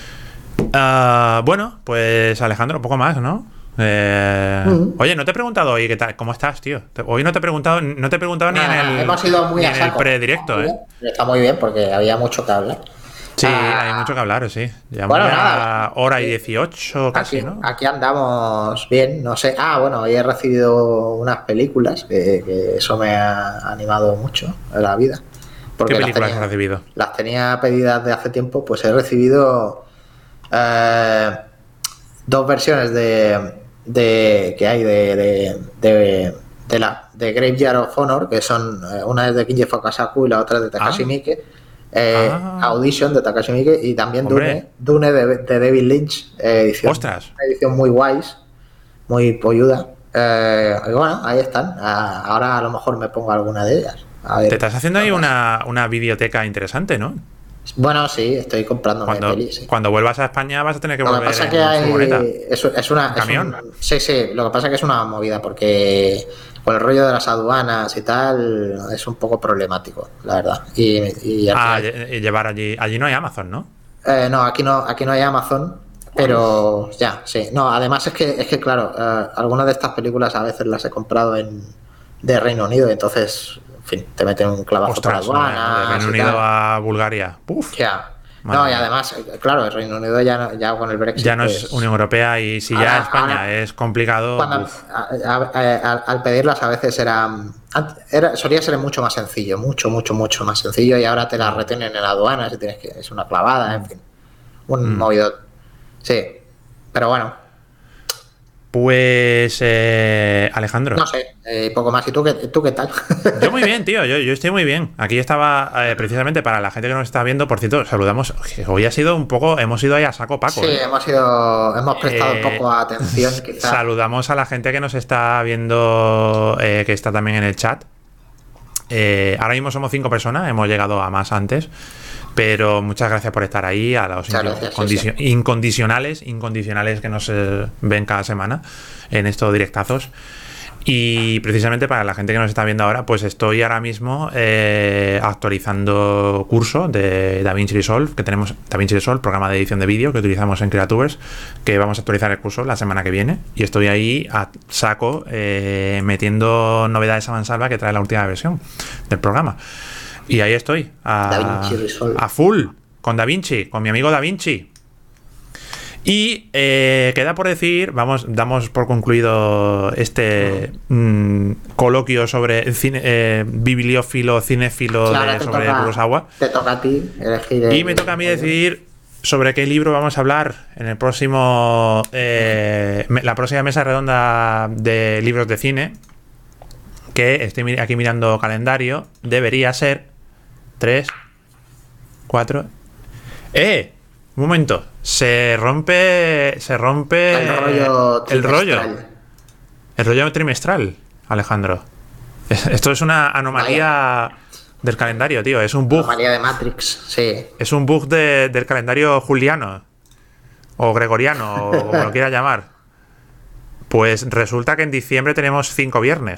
Uh, bueno, pues Alejandro, un poco más, ¿no? Eh, uh-huh. Oye, no te he preguntado hoy qué tal, cómo estás, tío. Hoy no te he preguntado, no te he preguntado nah, ni en el, hemos ido muy ni a en saco. el predirecto, está ¿eh? Bien. Está muy bien porque había mucho que hablar. Sí, ah, hay mucho que hablar, sí. Llevamos bueno, ya nada, hora y dieciocho casi, aquí, ¿no? Aquí andamos bien, no sé. Ah, bueno, hoy he recibido unas películas que, que eso me ha animado mucho en la vida. Porque ¿qué películas tenía, has recibido? Las tenía pedidas de hace tiempo, pues he recibido eh, dos versiones de, de que hay de, de, de, de la de Graveyard of Honor, que son una es de Kinji Fukasaku y la otra es de Takashi ah. Miike. Eh, ah. Audition de Takashi Miike y también Hombre. Dune, Dune de, de David Lynch, eh, edición, ¡Ostras! Una edición muy guays, muy polluda. Eh, y bueno, ahí están. Ah, ahora a lo mejor me pongo alguna de ellas. A ver, Te estás haciendo ahí una, una videoteca interesante, ¿no? Bueno, sí, estoy comprando cuando, pelis. Sí. Cuando vuelvas a España vas a tener que volver. Lo que pasa en que hay, es, es una. ¿Un camión? Es un, sí, sí, lo que pasa es que es una movida porque con el rollo de las aduanas y tal es un poco problemático, la verdad. Y, y ah, final, y llevar allí. Allí no hay Amazon, ¿no? Eh, no, aquí no, aquí no hay Amazon, pero ya, sí. No, además es que, es que claro, eh, algunas de estas películas a veces las he comprado en de Reino Unido, entonces, en fin, te meten un clavazo Ostras, por aduanas. De Reino Unido a Bulgaria. Uf. Ya. No, y además, claro, el Reino Unido ya, ya con el Brexit. Ya no es Unión Europea y si ahora, ya España ahora, es complicado. Cuando, a, a, a, al pedirlas a veces era, era. Solía ser mucho más sencillo, mucho, mucho, mucho más sencillo y ahora te las retienen en la aduana si tienes que. Es una clavada, en fin. Un mm. movido. Sí, pero bueno. Pues, eh, Alejandro. No sé, eh, poco más. ¿Y tú qué, tú qué tal? Yo muy bien, tío. Yo, yo estoy muy bien. Aquí estaba eh, precisamente para la gente que nos está viendo. Por cierto, saludamos. Hoy ha sido un poco. Hemos ido ahí a saco Paco. Sí, ¿eh? hemos ido. Hemos prestado eh, un poco de atención. Quizá. Saludamos a la gente que nos está viendo, eh, que está también en el chat. Eh, ahora mismo somos cinco personas. Hemos llegado a más antes. Pero muchas gracias por estar ahí, a los gracias, incondicio- sí, sí. incondicionales, incondicionales que nos eh, ven cada semana en estos directazos. Y precisamente para la gente que nos está viendo ahora, pues estoy ahora mismo eh, actualizando curso de DaVinci Resolve, que tenemos DaVinci Resolve, programa de edición de vídeo que utilizamos en Creatubers, que vamos a actualizar el curso la semana que viene. Y estoy ahí a saco eh, metiendo novedades a mansalva que trae la última versión del programa. Y ahí estoy, a, a full, con DaVinci, con mi amigo DaVinci. Y eh, queda por decir, vamos, damos por concluido este mmm, coloquio sobre cine, eh, bibliófilo, cinéfilo claro, de, sobre Kurosawa. Te toca a ti elegir. Y me toca a mí decidir sobre qué libro vamos a hablar en el próximo, eh, la próxima mesa redonda de libros de cine. Que estoy aquí mirando calendario, debería ser tres, cuatro. ¡Eh! Un momento. Se rompe. Se rompe. El rollo. El rollo. El rollo trimestral, Alejandro. Esto es una anomalía Vaya. del calendario, tío. Es un bug. Anomalía de Matrix, sí. Es un bug de, del calendario juliano. O gregoriano, o como lo quieras llamar. Pues resulta que en diciembre tenemos cinco viernes.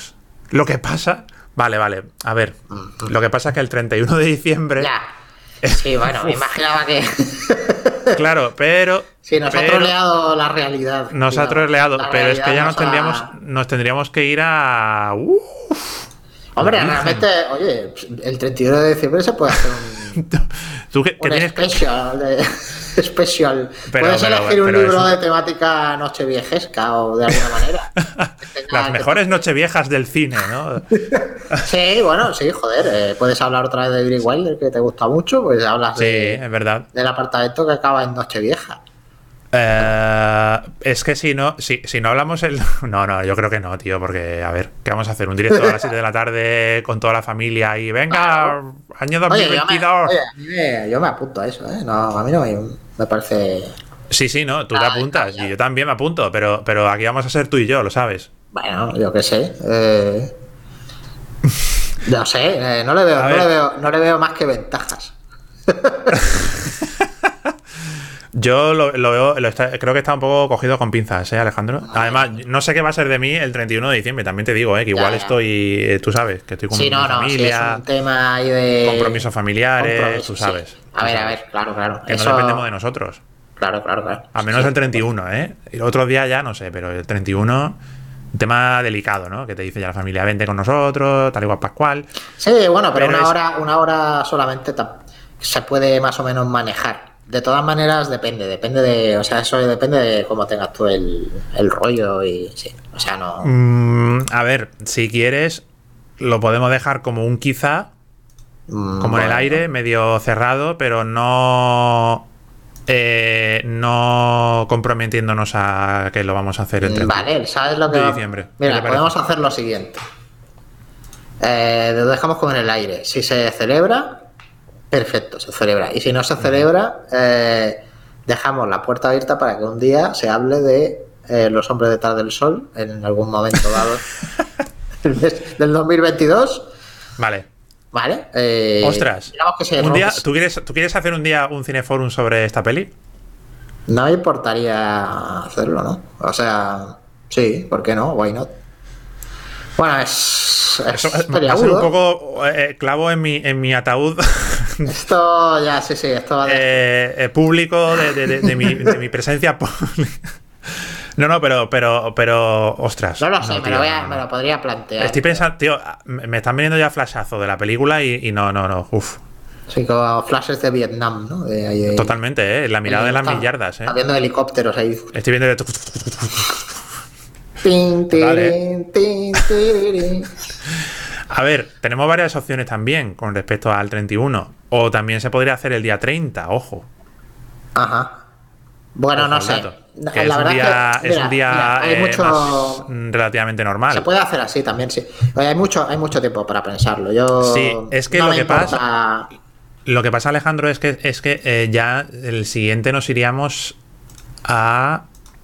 Lo que pasa... Vale, vale. A ver. Lo que pasa es que el treinta y uno de diciembre... Ya. Sí, bueno, me imaginaba que... Claro, pero... Sí, nos pero, ha troleado la realidad. Nos digamos, ha troleado, pero es que ya nos tendríamos, ha... nos tendríamos que ir a... Uf, Hombre, realmente, oye, el treinta y uno de diciembre se puede hacer un... ¿Tú qué, un qué tienes special, de, special. Pero, Puedes pero, elegir pero un libro eso... de temática nocheviejesca o de alguna manera. Las mejores que... nocheviejas del cine, ¿no? Sí, bueno, sí, joder. Eh, puedes hablar otra vez de Billy Wilder, que te gusta mucho, pues hablas sí, de, es verdad. del apartamento que acaba en Nochevieja. Uh, es que si no, si, si no hablamos el... No, no, yo creo que no, tío, porque, a ver, ¿qué vamos a hacer? Un directo a las siete de la tarde con toda la familia y venga, claro. Año dos mil veintidós. Oye, yo me, oye, yo me apunto a eso, ¿eh? No, a mí no me, me parece... Sí, sí, no, tú ah, te apuntas y yo también me apunto, pero, pero aquí vamos a ser tú y yo, lo sabes. Bueno, yo qué sé. Eh... No sé, eh, no, le veo, no, le veo, no le veo más que ventajas. Yo lo, lo veo, lo está, creo que está un poco cogido con pinzas, ¿eh, Alejandro? Además, no sé qué va a ser de mí el treinta y uno de diciembre, también te digo, ¿eh? Que igual ya, ya. estoy, tú sabes, que estoy con sí, mi no, familia, no, sí, es un tema ahí de... compromisos familiares, compromiso, tú sabes. Sí. A tú ver, sabes. a ver, claro, claro. Que Eso... no dependemos de nosotros. Claro, claro, claro. Al menos sí, el treinta y uno, ¿eh? El otro día ya no sé, pero el treinta y uno... Un tema delicado, ¿no? Que te dice ya la familia, vente con nosotros, tal igual Pascual. Sí, bueno, pero, pero una, es... hora, una hora solamente se puede más o menos manejar. De todas maneras, depende, depende de, o sea, eso depende de cómo tengas tú el, el rollo y sí, o sea, no... Mm, a ver, si quieres, lo podemos dejar como un quizá, mm, como bueno, en el aire, medio cerrado, pero no... Eh, no comprometiéndonos a que lo vamos a hacer el treinta Vale, ¿sabes lo que de va? diciembre? Mira, podemos hacer lo siguiente. Eh, lo dejamos como en el aire. Si se celebra, perfecto, se celebra. Y si no se celebra, eh, dejamos la puerta abierta para que un día se hable de eh, los hombres detrás del sol en algún momento dado del dos mil veintidós. Vale. Vale. Eh, Ostras. Que se un día, ¿tú quieres, ¿Tú quieres hacer un día un cineforum sobre esta peli? No me importaría hacerlo, ¿no? O sea, sí, ¿por qué no? Why not? Bueno, es... es Eso va a ser un poco eh, clavo en mi, en mi ataúd. Esto ya, sí, sí, esto va de... eh, eh, público de, de, de, de, mi, de mi presencia pública. No, no, pero, pero, pero, ostras. No lo sé, no, me, tío, lo voy a, no, me lo podría plantear. Estoy pensando, tío, me están viniendo ya flashazos de la película y, y no, no, no, uff. Sí, como flashes de Vietnam, ¿no? De, de, Totalmente, ¿eh? La mirada de las está, millardas, ¿eh? Está viendo helicópteros ahí. Estoy viendo... De... Tin, tirin, tin, tirin. A ver, tenemos varias opciones también con respecto al treinta y uno. O también se podría hacer el día treinta, ojo. Ajá. Bueno, ojo, no sé. Que es, la un verdad día, que, es mira, un día mira, hay eh, mucho... más relativamente normal. Se puede hacer así también, sí. Hay mucho, hay mucho tiempo para pensarlo. Yo sí, es que no lo me que importa... pasa... Lo que pasa, Alejandro, es que, es que eh, ya el siguiente nos iríamos a...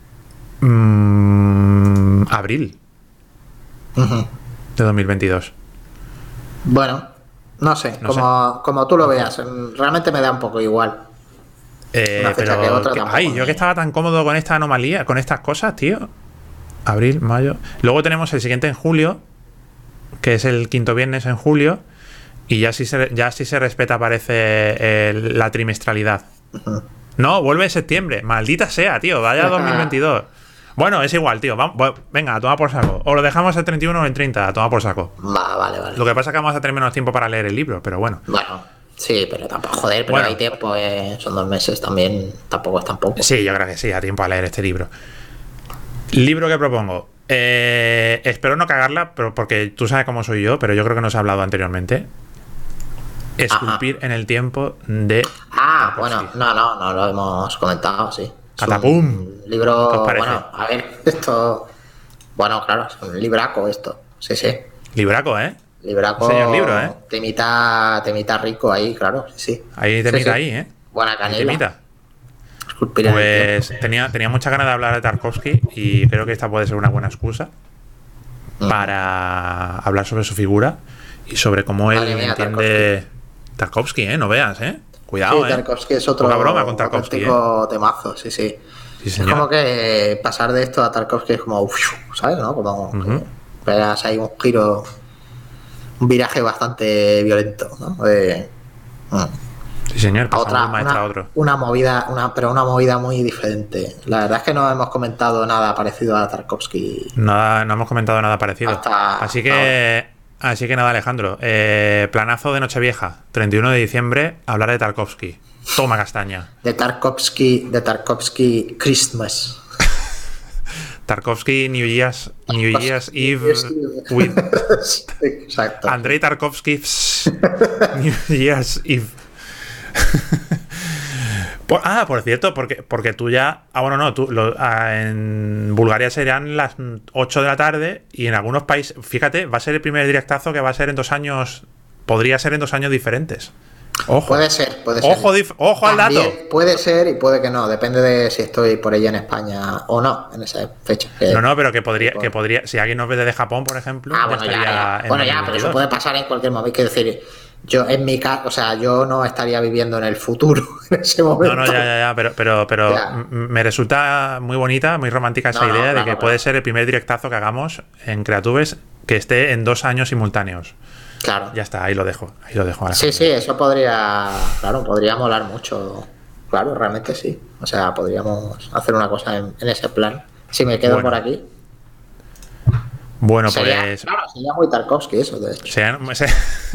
Mmm, abril uh-huh. de dos mil veintidós. Bueno, no sé, no como, sé. como tú lo veas. Realmente me da un poco igual. Eh, pero que otra que, ay, yo que estaba tan cómodo con esta anomalía, con estas cosas, tío. Abril, mayo. Luego tenemos el siguiente en julio, que es el quinto viernes en julio, y ya sí se, ya sí se respeta, parece, el, la trimestralidad. Uh-huh. No, vuelve en septiembre. Maldita sea, tío. Vaya dos mil veintidós. Bueno, es igual, tío. Vamos, venga, a tomar por saco. O lo dejamos el treinta y uno o el treinta, a tomar por saco. Va, vale, vale. Lo que pasa es que vamos a tener menos tiempo para leer el libro, pero bueno. Bueno. Sí, pero tampoco, joder, pero bueno, hay tiempo, eh, son dos meses también, tampoco es tampoco. Sí, yo creo que sí, hay tiempo a leer este libro. Libro que propongo. Eh, espero no cagarla, pero porque tú sabes cómo soy yo, pero yo creo que nos he hablado anteriormente. Esculpir Ajá. en el tiempo de... Ah, bueno, no, no, no lo hemos comentado, sí. ¡Catapum! Libro, bueno, a ver, esto... Bueno, claro, es un libraco esto, sí, sí. Libraco, ¿eh? Libraco, señor libro, ¿eh? Temita, temita rico ahí, claro, sí, sí. Ahí temita sí, sí. ahí, ¿eh? Buena canela. Temita. Pues tenía, tenía muchas ganas de hablar de Tarkovsky y creo que esta puede ser una buena excusa mm. para hablar sobre su figura y sobre cómo él vale, mía, entiende Tarkovsky. Tarkovsky, ¿eh? No veas, ¿eh? Cuidado, sí, ¿eh? Tarkovsky es otro Poca broma con Tarkovsky, ¿eh? temazo, sí, sí. Sí, es como que pasar de esto a Tarkovsky es como, uf, ¿sabes? ¿No? Como, uh-huh. Verás ahí un giro, un viraje bastante violento, ¿no? De, bueno, sí, señor, otra, maestra una, a otro. Una movida, una, pero una movida muy diferente. La verdad es que no hemos comentado nada parecido a Tarkovsky. Nada, no hemos comentado nada parecido. Hasta, así que, hasta así que nada, Alejandro. Eh, planazo de Nochevieja, treinta y uno de diciembre, hablar de Tarkovsky. Toma castaña. De Tarkovsky, de Tarkovsky Christmas. Tarkovsky New Year's, New Year's Eve with Exacto. Andrei Tarkovsky's New Year's Eve. por, ah, por cierto, porque, porque tú ya. Ah, bueno, no, tú lo, ah, en Bulgaria serían las ocho de la tarde y en algunos países. Fíjate, va a ser el primer directazo que va a ser en dos años. Podría ser en dos años diferentes. Ojo. Puede ser, puede ser. Ojo, dif- ojo al dato. Puede ser y puede que no, depende de si estoy por ella en España o no en esa fecha. Que, no, no, pero que podría, que podría, si alguien nos ve desde Japón, por ejemplo, ah, bueno, ya estaría ya, ya. en Bueno, ya, pero eso puede pasar en cualquier momento. Quiero decir, yo en mi caso, o sea, yo no estaría viviendo en el futuro en ese momento. No, no, ya, ya, ya, pero, pero, pero ya. Me resulta muy bonita, muy romántica esa no, idea no, claro, de que claro. puede ser el primer directazo que hagamos en Creatubes que esté en dos años simultáneos. Claro. Ya está, ahí lo dejo, ahí lo dejo. Sí, sí, eso podría, claro, podría molar mucho. Claro, realmente sí. O sea, podríamos hacer una cosa en, en ese plan. Si me quedo bueno. por aquí. Bueno, sería, pues. Claro, sería muy Tarkovsky eso, de hecho. Sería, se...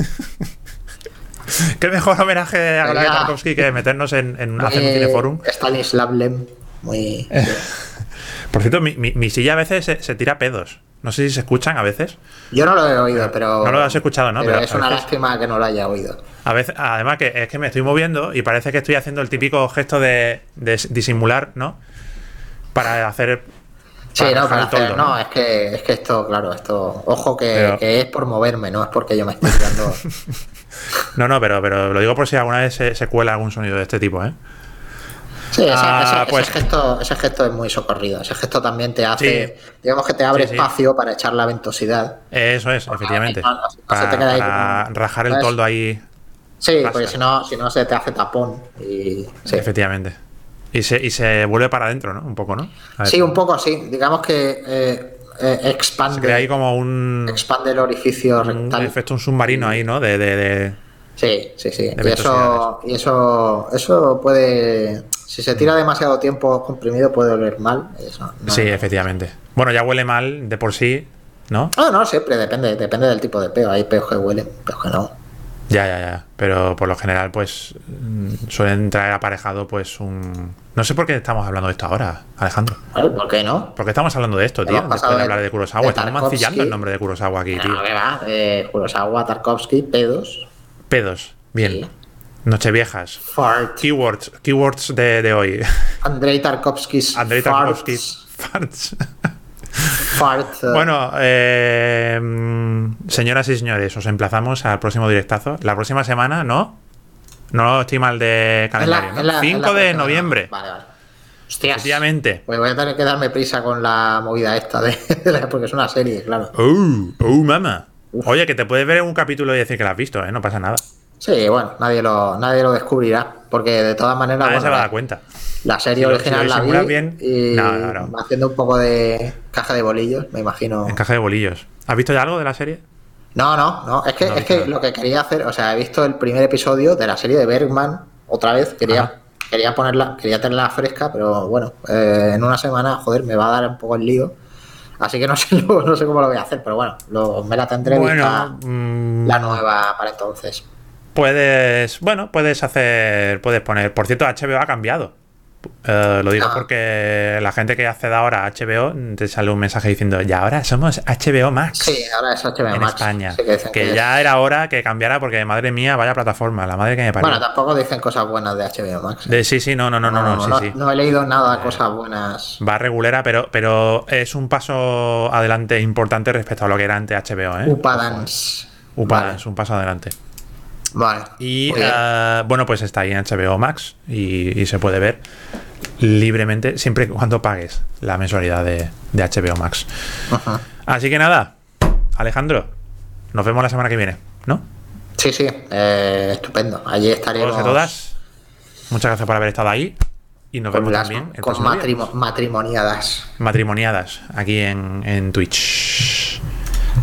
Qué mejor homenaje a sería... Tarkovsky que meternos en, en hacer un cineforum. Stanislav Lem, muy. Por cierto, mi, mi, mi silla a veces se, se tira pedos. No sé si se escuchan a veces. Yo no lo he oído, pero... No lo has escuchado, ¿no? Pero, pero es una veces, lástima que no lo haya oído. A veces, además que es que me estoy moviendo y parece que estoy haciendo el típico gesto de, de disimular, ¿no? Para hacer... Para sí, no, para hacer... Toldo, no, ¿no? Es, que, es que esto, claro, esto... Ojo que, pero... que es por moverme, no es porque yo me esté tirando... no, no, pero, pero lo digo por si alguna vez se, se cuela algún sonido de este tipo, ¿eh? Sí, ese, ah, ese, pues, ese, gesto, ese gesto es muy socorrido. Ese gesto también te hace, sí, digamos que te abre sí, espacio sí. para echar la ventosidad. Eso es, porque efectivamente. No, no, no para, te queda ahí para como, rajar el toldo ahí. Sí, porque si no, si no se te hace tapón. Y, sí. Efectivamente. Y se, y se vuelve para adentro, ¿no? Un poco, ¿no? Sí, un poco sí. Digamos que eh, eh, expande. Se crea ahí como un. Expande el orificio un rectal. Efecto un submarino ahí, ¿no? De. de, de sí, sí, sí. Y eso, y eso, eso puede. Si se tira demasiado tiempo comprimido puede oler mal. Eso, no, sí, efectivamente. Bueno, ya huele mal de por sí, ¿no? No, no, siempre depende, depende del tipo de peo. Hay peos que huelen, peos que no. Ya, ya, ya. Pero por lo general, pues suelen traer aparejado, pues un. No sé por qué estamos hablando de esto ahora, Alejandro. ¿Por qué no? ¿Por qué estamos hablando de esto, tío? Después de hablar de Kurosawa. De estamos mancillando el nombre de Kurosawa aquí, tío. No, ¿qué va? Eh, Kurosawa, Tarkovsky, pedos. Pedos, bien. Sí. Nocheviejas. Fart. Keywords, keywords de, de hoy. Andrei Tarkovsky's Andrei Tarkovsky's farts. Fart. Uh... Bueno, eh, señoras y señores, os emplazamos al próximo directazo. La próxima semana, ¿no? No estoy mal de calendario. En la, en la, cinco en la de noviembre. Vale, vale. Hostias. Efectivamente. Pues voy a tener que darme prisa con la movida esta, de, de porque es una serie, claro. Oh, oh, mama. Uf. Oye, que te puedes ver en un capítulo y decir que lo has visto, ¿eh? No pasa nada. Sí, bueno, nadie lo, nadie lo descubrirá, porque de todas maneras... Nadie bueno, se va a la, dar cuenta. La serie si original lo, si la vi bien, y no, no, no. haciendo un poco de caja de bolillos, me imagino... En caja de bolillos. ¿Has visto ya algo de la serie? No, no, no. Es que, no es que lo que quería hacer, o sea, he visto el primer episodio de la serie de Bergman, otra vez, quería... Ajá. Quería ponerla, quería tenerla fresca, pero bueno, eh, en una semana, joder, me va a dar un poco el lío. Así que no sé, no sé cómo lo voy a hacer, pero bueno, lo, me la tendré bueno, vista mmm, la nueva para entonces. Puedes, bueno, puedes hacer, puedes poner. Por cierto, H B O ha cambiado. Uh, lo digo ah. porque la gente que accede ahora a H B O te sale un mensaje diciendo, ya ahora somos H B O Max. Sí, ahora es H B O en Max. España. Sí, que, que, que ya es... era hora que cambiara porque, madre mía, vaya plataforma, la madre que me parió. Bueno, tampoco dicen cosas buenas de H B O Max. ¿eh? De, sí, sí, no, no, no, no, no, no, sí, no, sí. no he leído nada de eh, cosas buenas. Va regulera, pero, pero es un paso adelante importante respecto a lo que era antes H B O, ¿eh? Upadance. Upadance, vale. Un paso adelante. Vale. Y uh, bueno, pues está ahí en H B O Max y, y se puede ver libremente siempre y cuando pagues la mensualidad de, de H B O Max. Uh-huh. Así que nada, Alejandro, nos vemos la semana que viene, ¿no? Sí, sí, eh, estupendo. Allí estaremos. Todos y todas, muchas gracias por haber estado ahí y nos vemos las, también con matrimo- matrimoniadas. Matrimoniadas aquí en, en Twitch.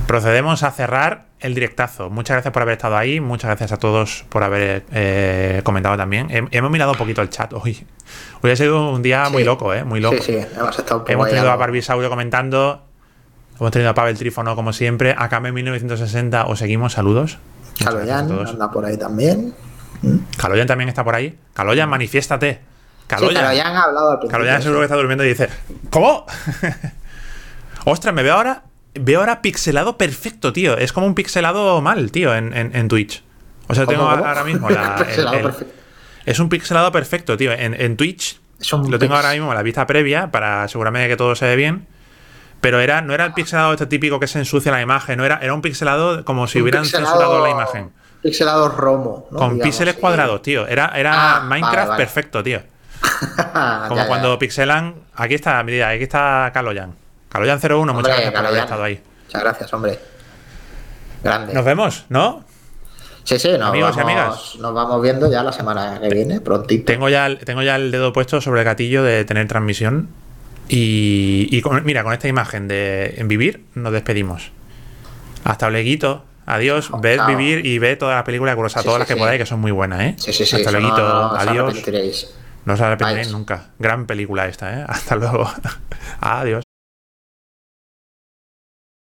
procedemos a cerrar el directazo. Muchas gracias por haber estado ahí. Muchas gracias a todos por haber eh, comentado también. He, hemos mirado un poquito el chat hoy. Hoy ha sido un día sí. muy loco, ¿eh? Muy loco. Sí, sí, hemos estado un poco Hemos tenido a Barbisaurio comentando. Hemos tenido a Pavel Trífono, como siempre. A Kame mil novecientos sesenta. Os seguimos. Saludos. Kaloyan anda por ahí también. Kaloyan también está por ahí. Kaloyan, manifiéstate. Kaloyan. Sí, Kaloyan ha hablado al principio. Kaloyan seguro que está durmiendo y dice: ¿cómo? Ostras, me veo ahora. Veo ahora pixelado perfecto, tío. Es como un pixelado mal, tío, en, en, en Twitch. O sea, tengo ¿Cómo? ahora mismo la, el, el, es un pixelado perfecto, tío. En, en Twitch lo tengo pix... ahora mismo en la vista previa para asegurarme de que todo se ve bien. Pero era, no era el pixelado este típico que se ensucia la imagen, no era, era un pixelado como si un hubieran pixelado, censurado la imagen. Pixelado romo, ¿no? Con Digamos, píxeles sí. cuadrados, tío. Era, era ah, Minecraft vale, vale. perfecto, tío. Como ya, cuando ya. pixelan. Aquí está, mira, aquí está Kaloyan. Kaloyan cero uno, muchas gracias por haber estado ahí. Muchas gracias, hombre. Grande. Nos vemos, ¿no? Sí, sí, nos amigos vamos, y amigas. Nos vamos viendo ya la semana que viene, prontito. Tengo ya, el, tengo ya el dedo puesto sobre el gatillo de tener transmisión. Y, y con, mira, con esta imagen de en Vivir nos despedimos. Hasta luego. Adiós. Oh, ved chao. Vivir y ve todas las películas de Kurosawa, sí, todas sí, las que sí. podáis, que son muy buenas, ¿eh? Sí, sí, sí. Hasta luego. No, no, adiós. No os no os arrepentiréis nunca. Gran película esta, ¿eh? Hasta luego. Adiós.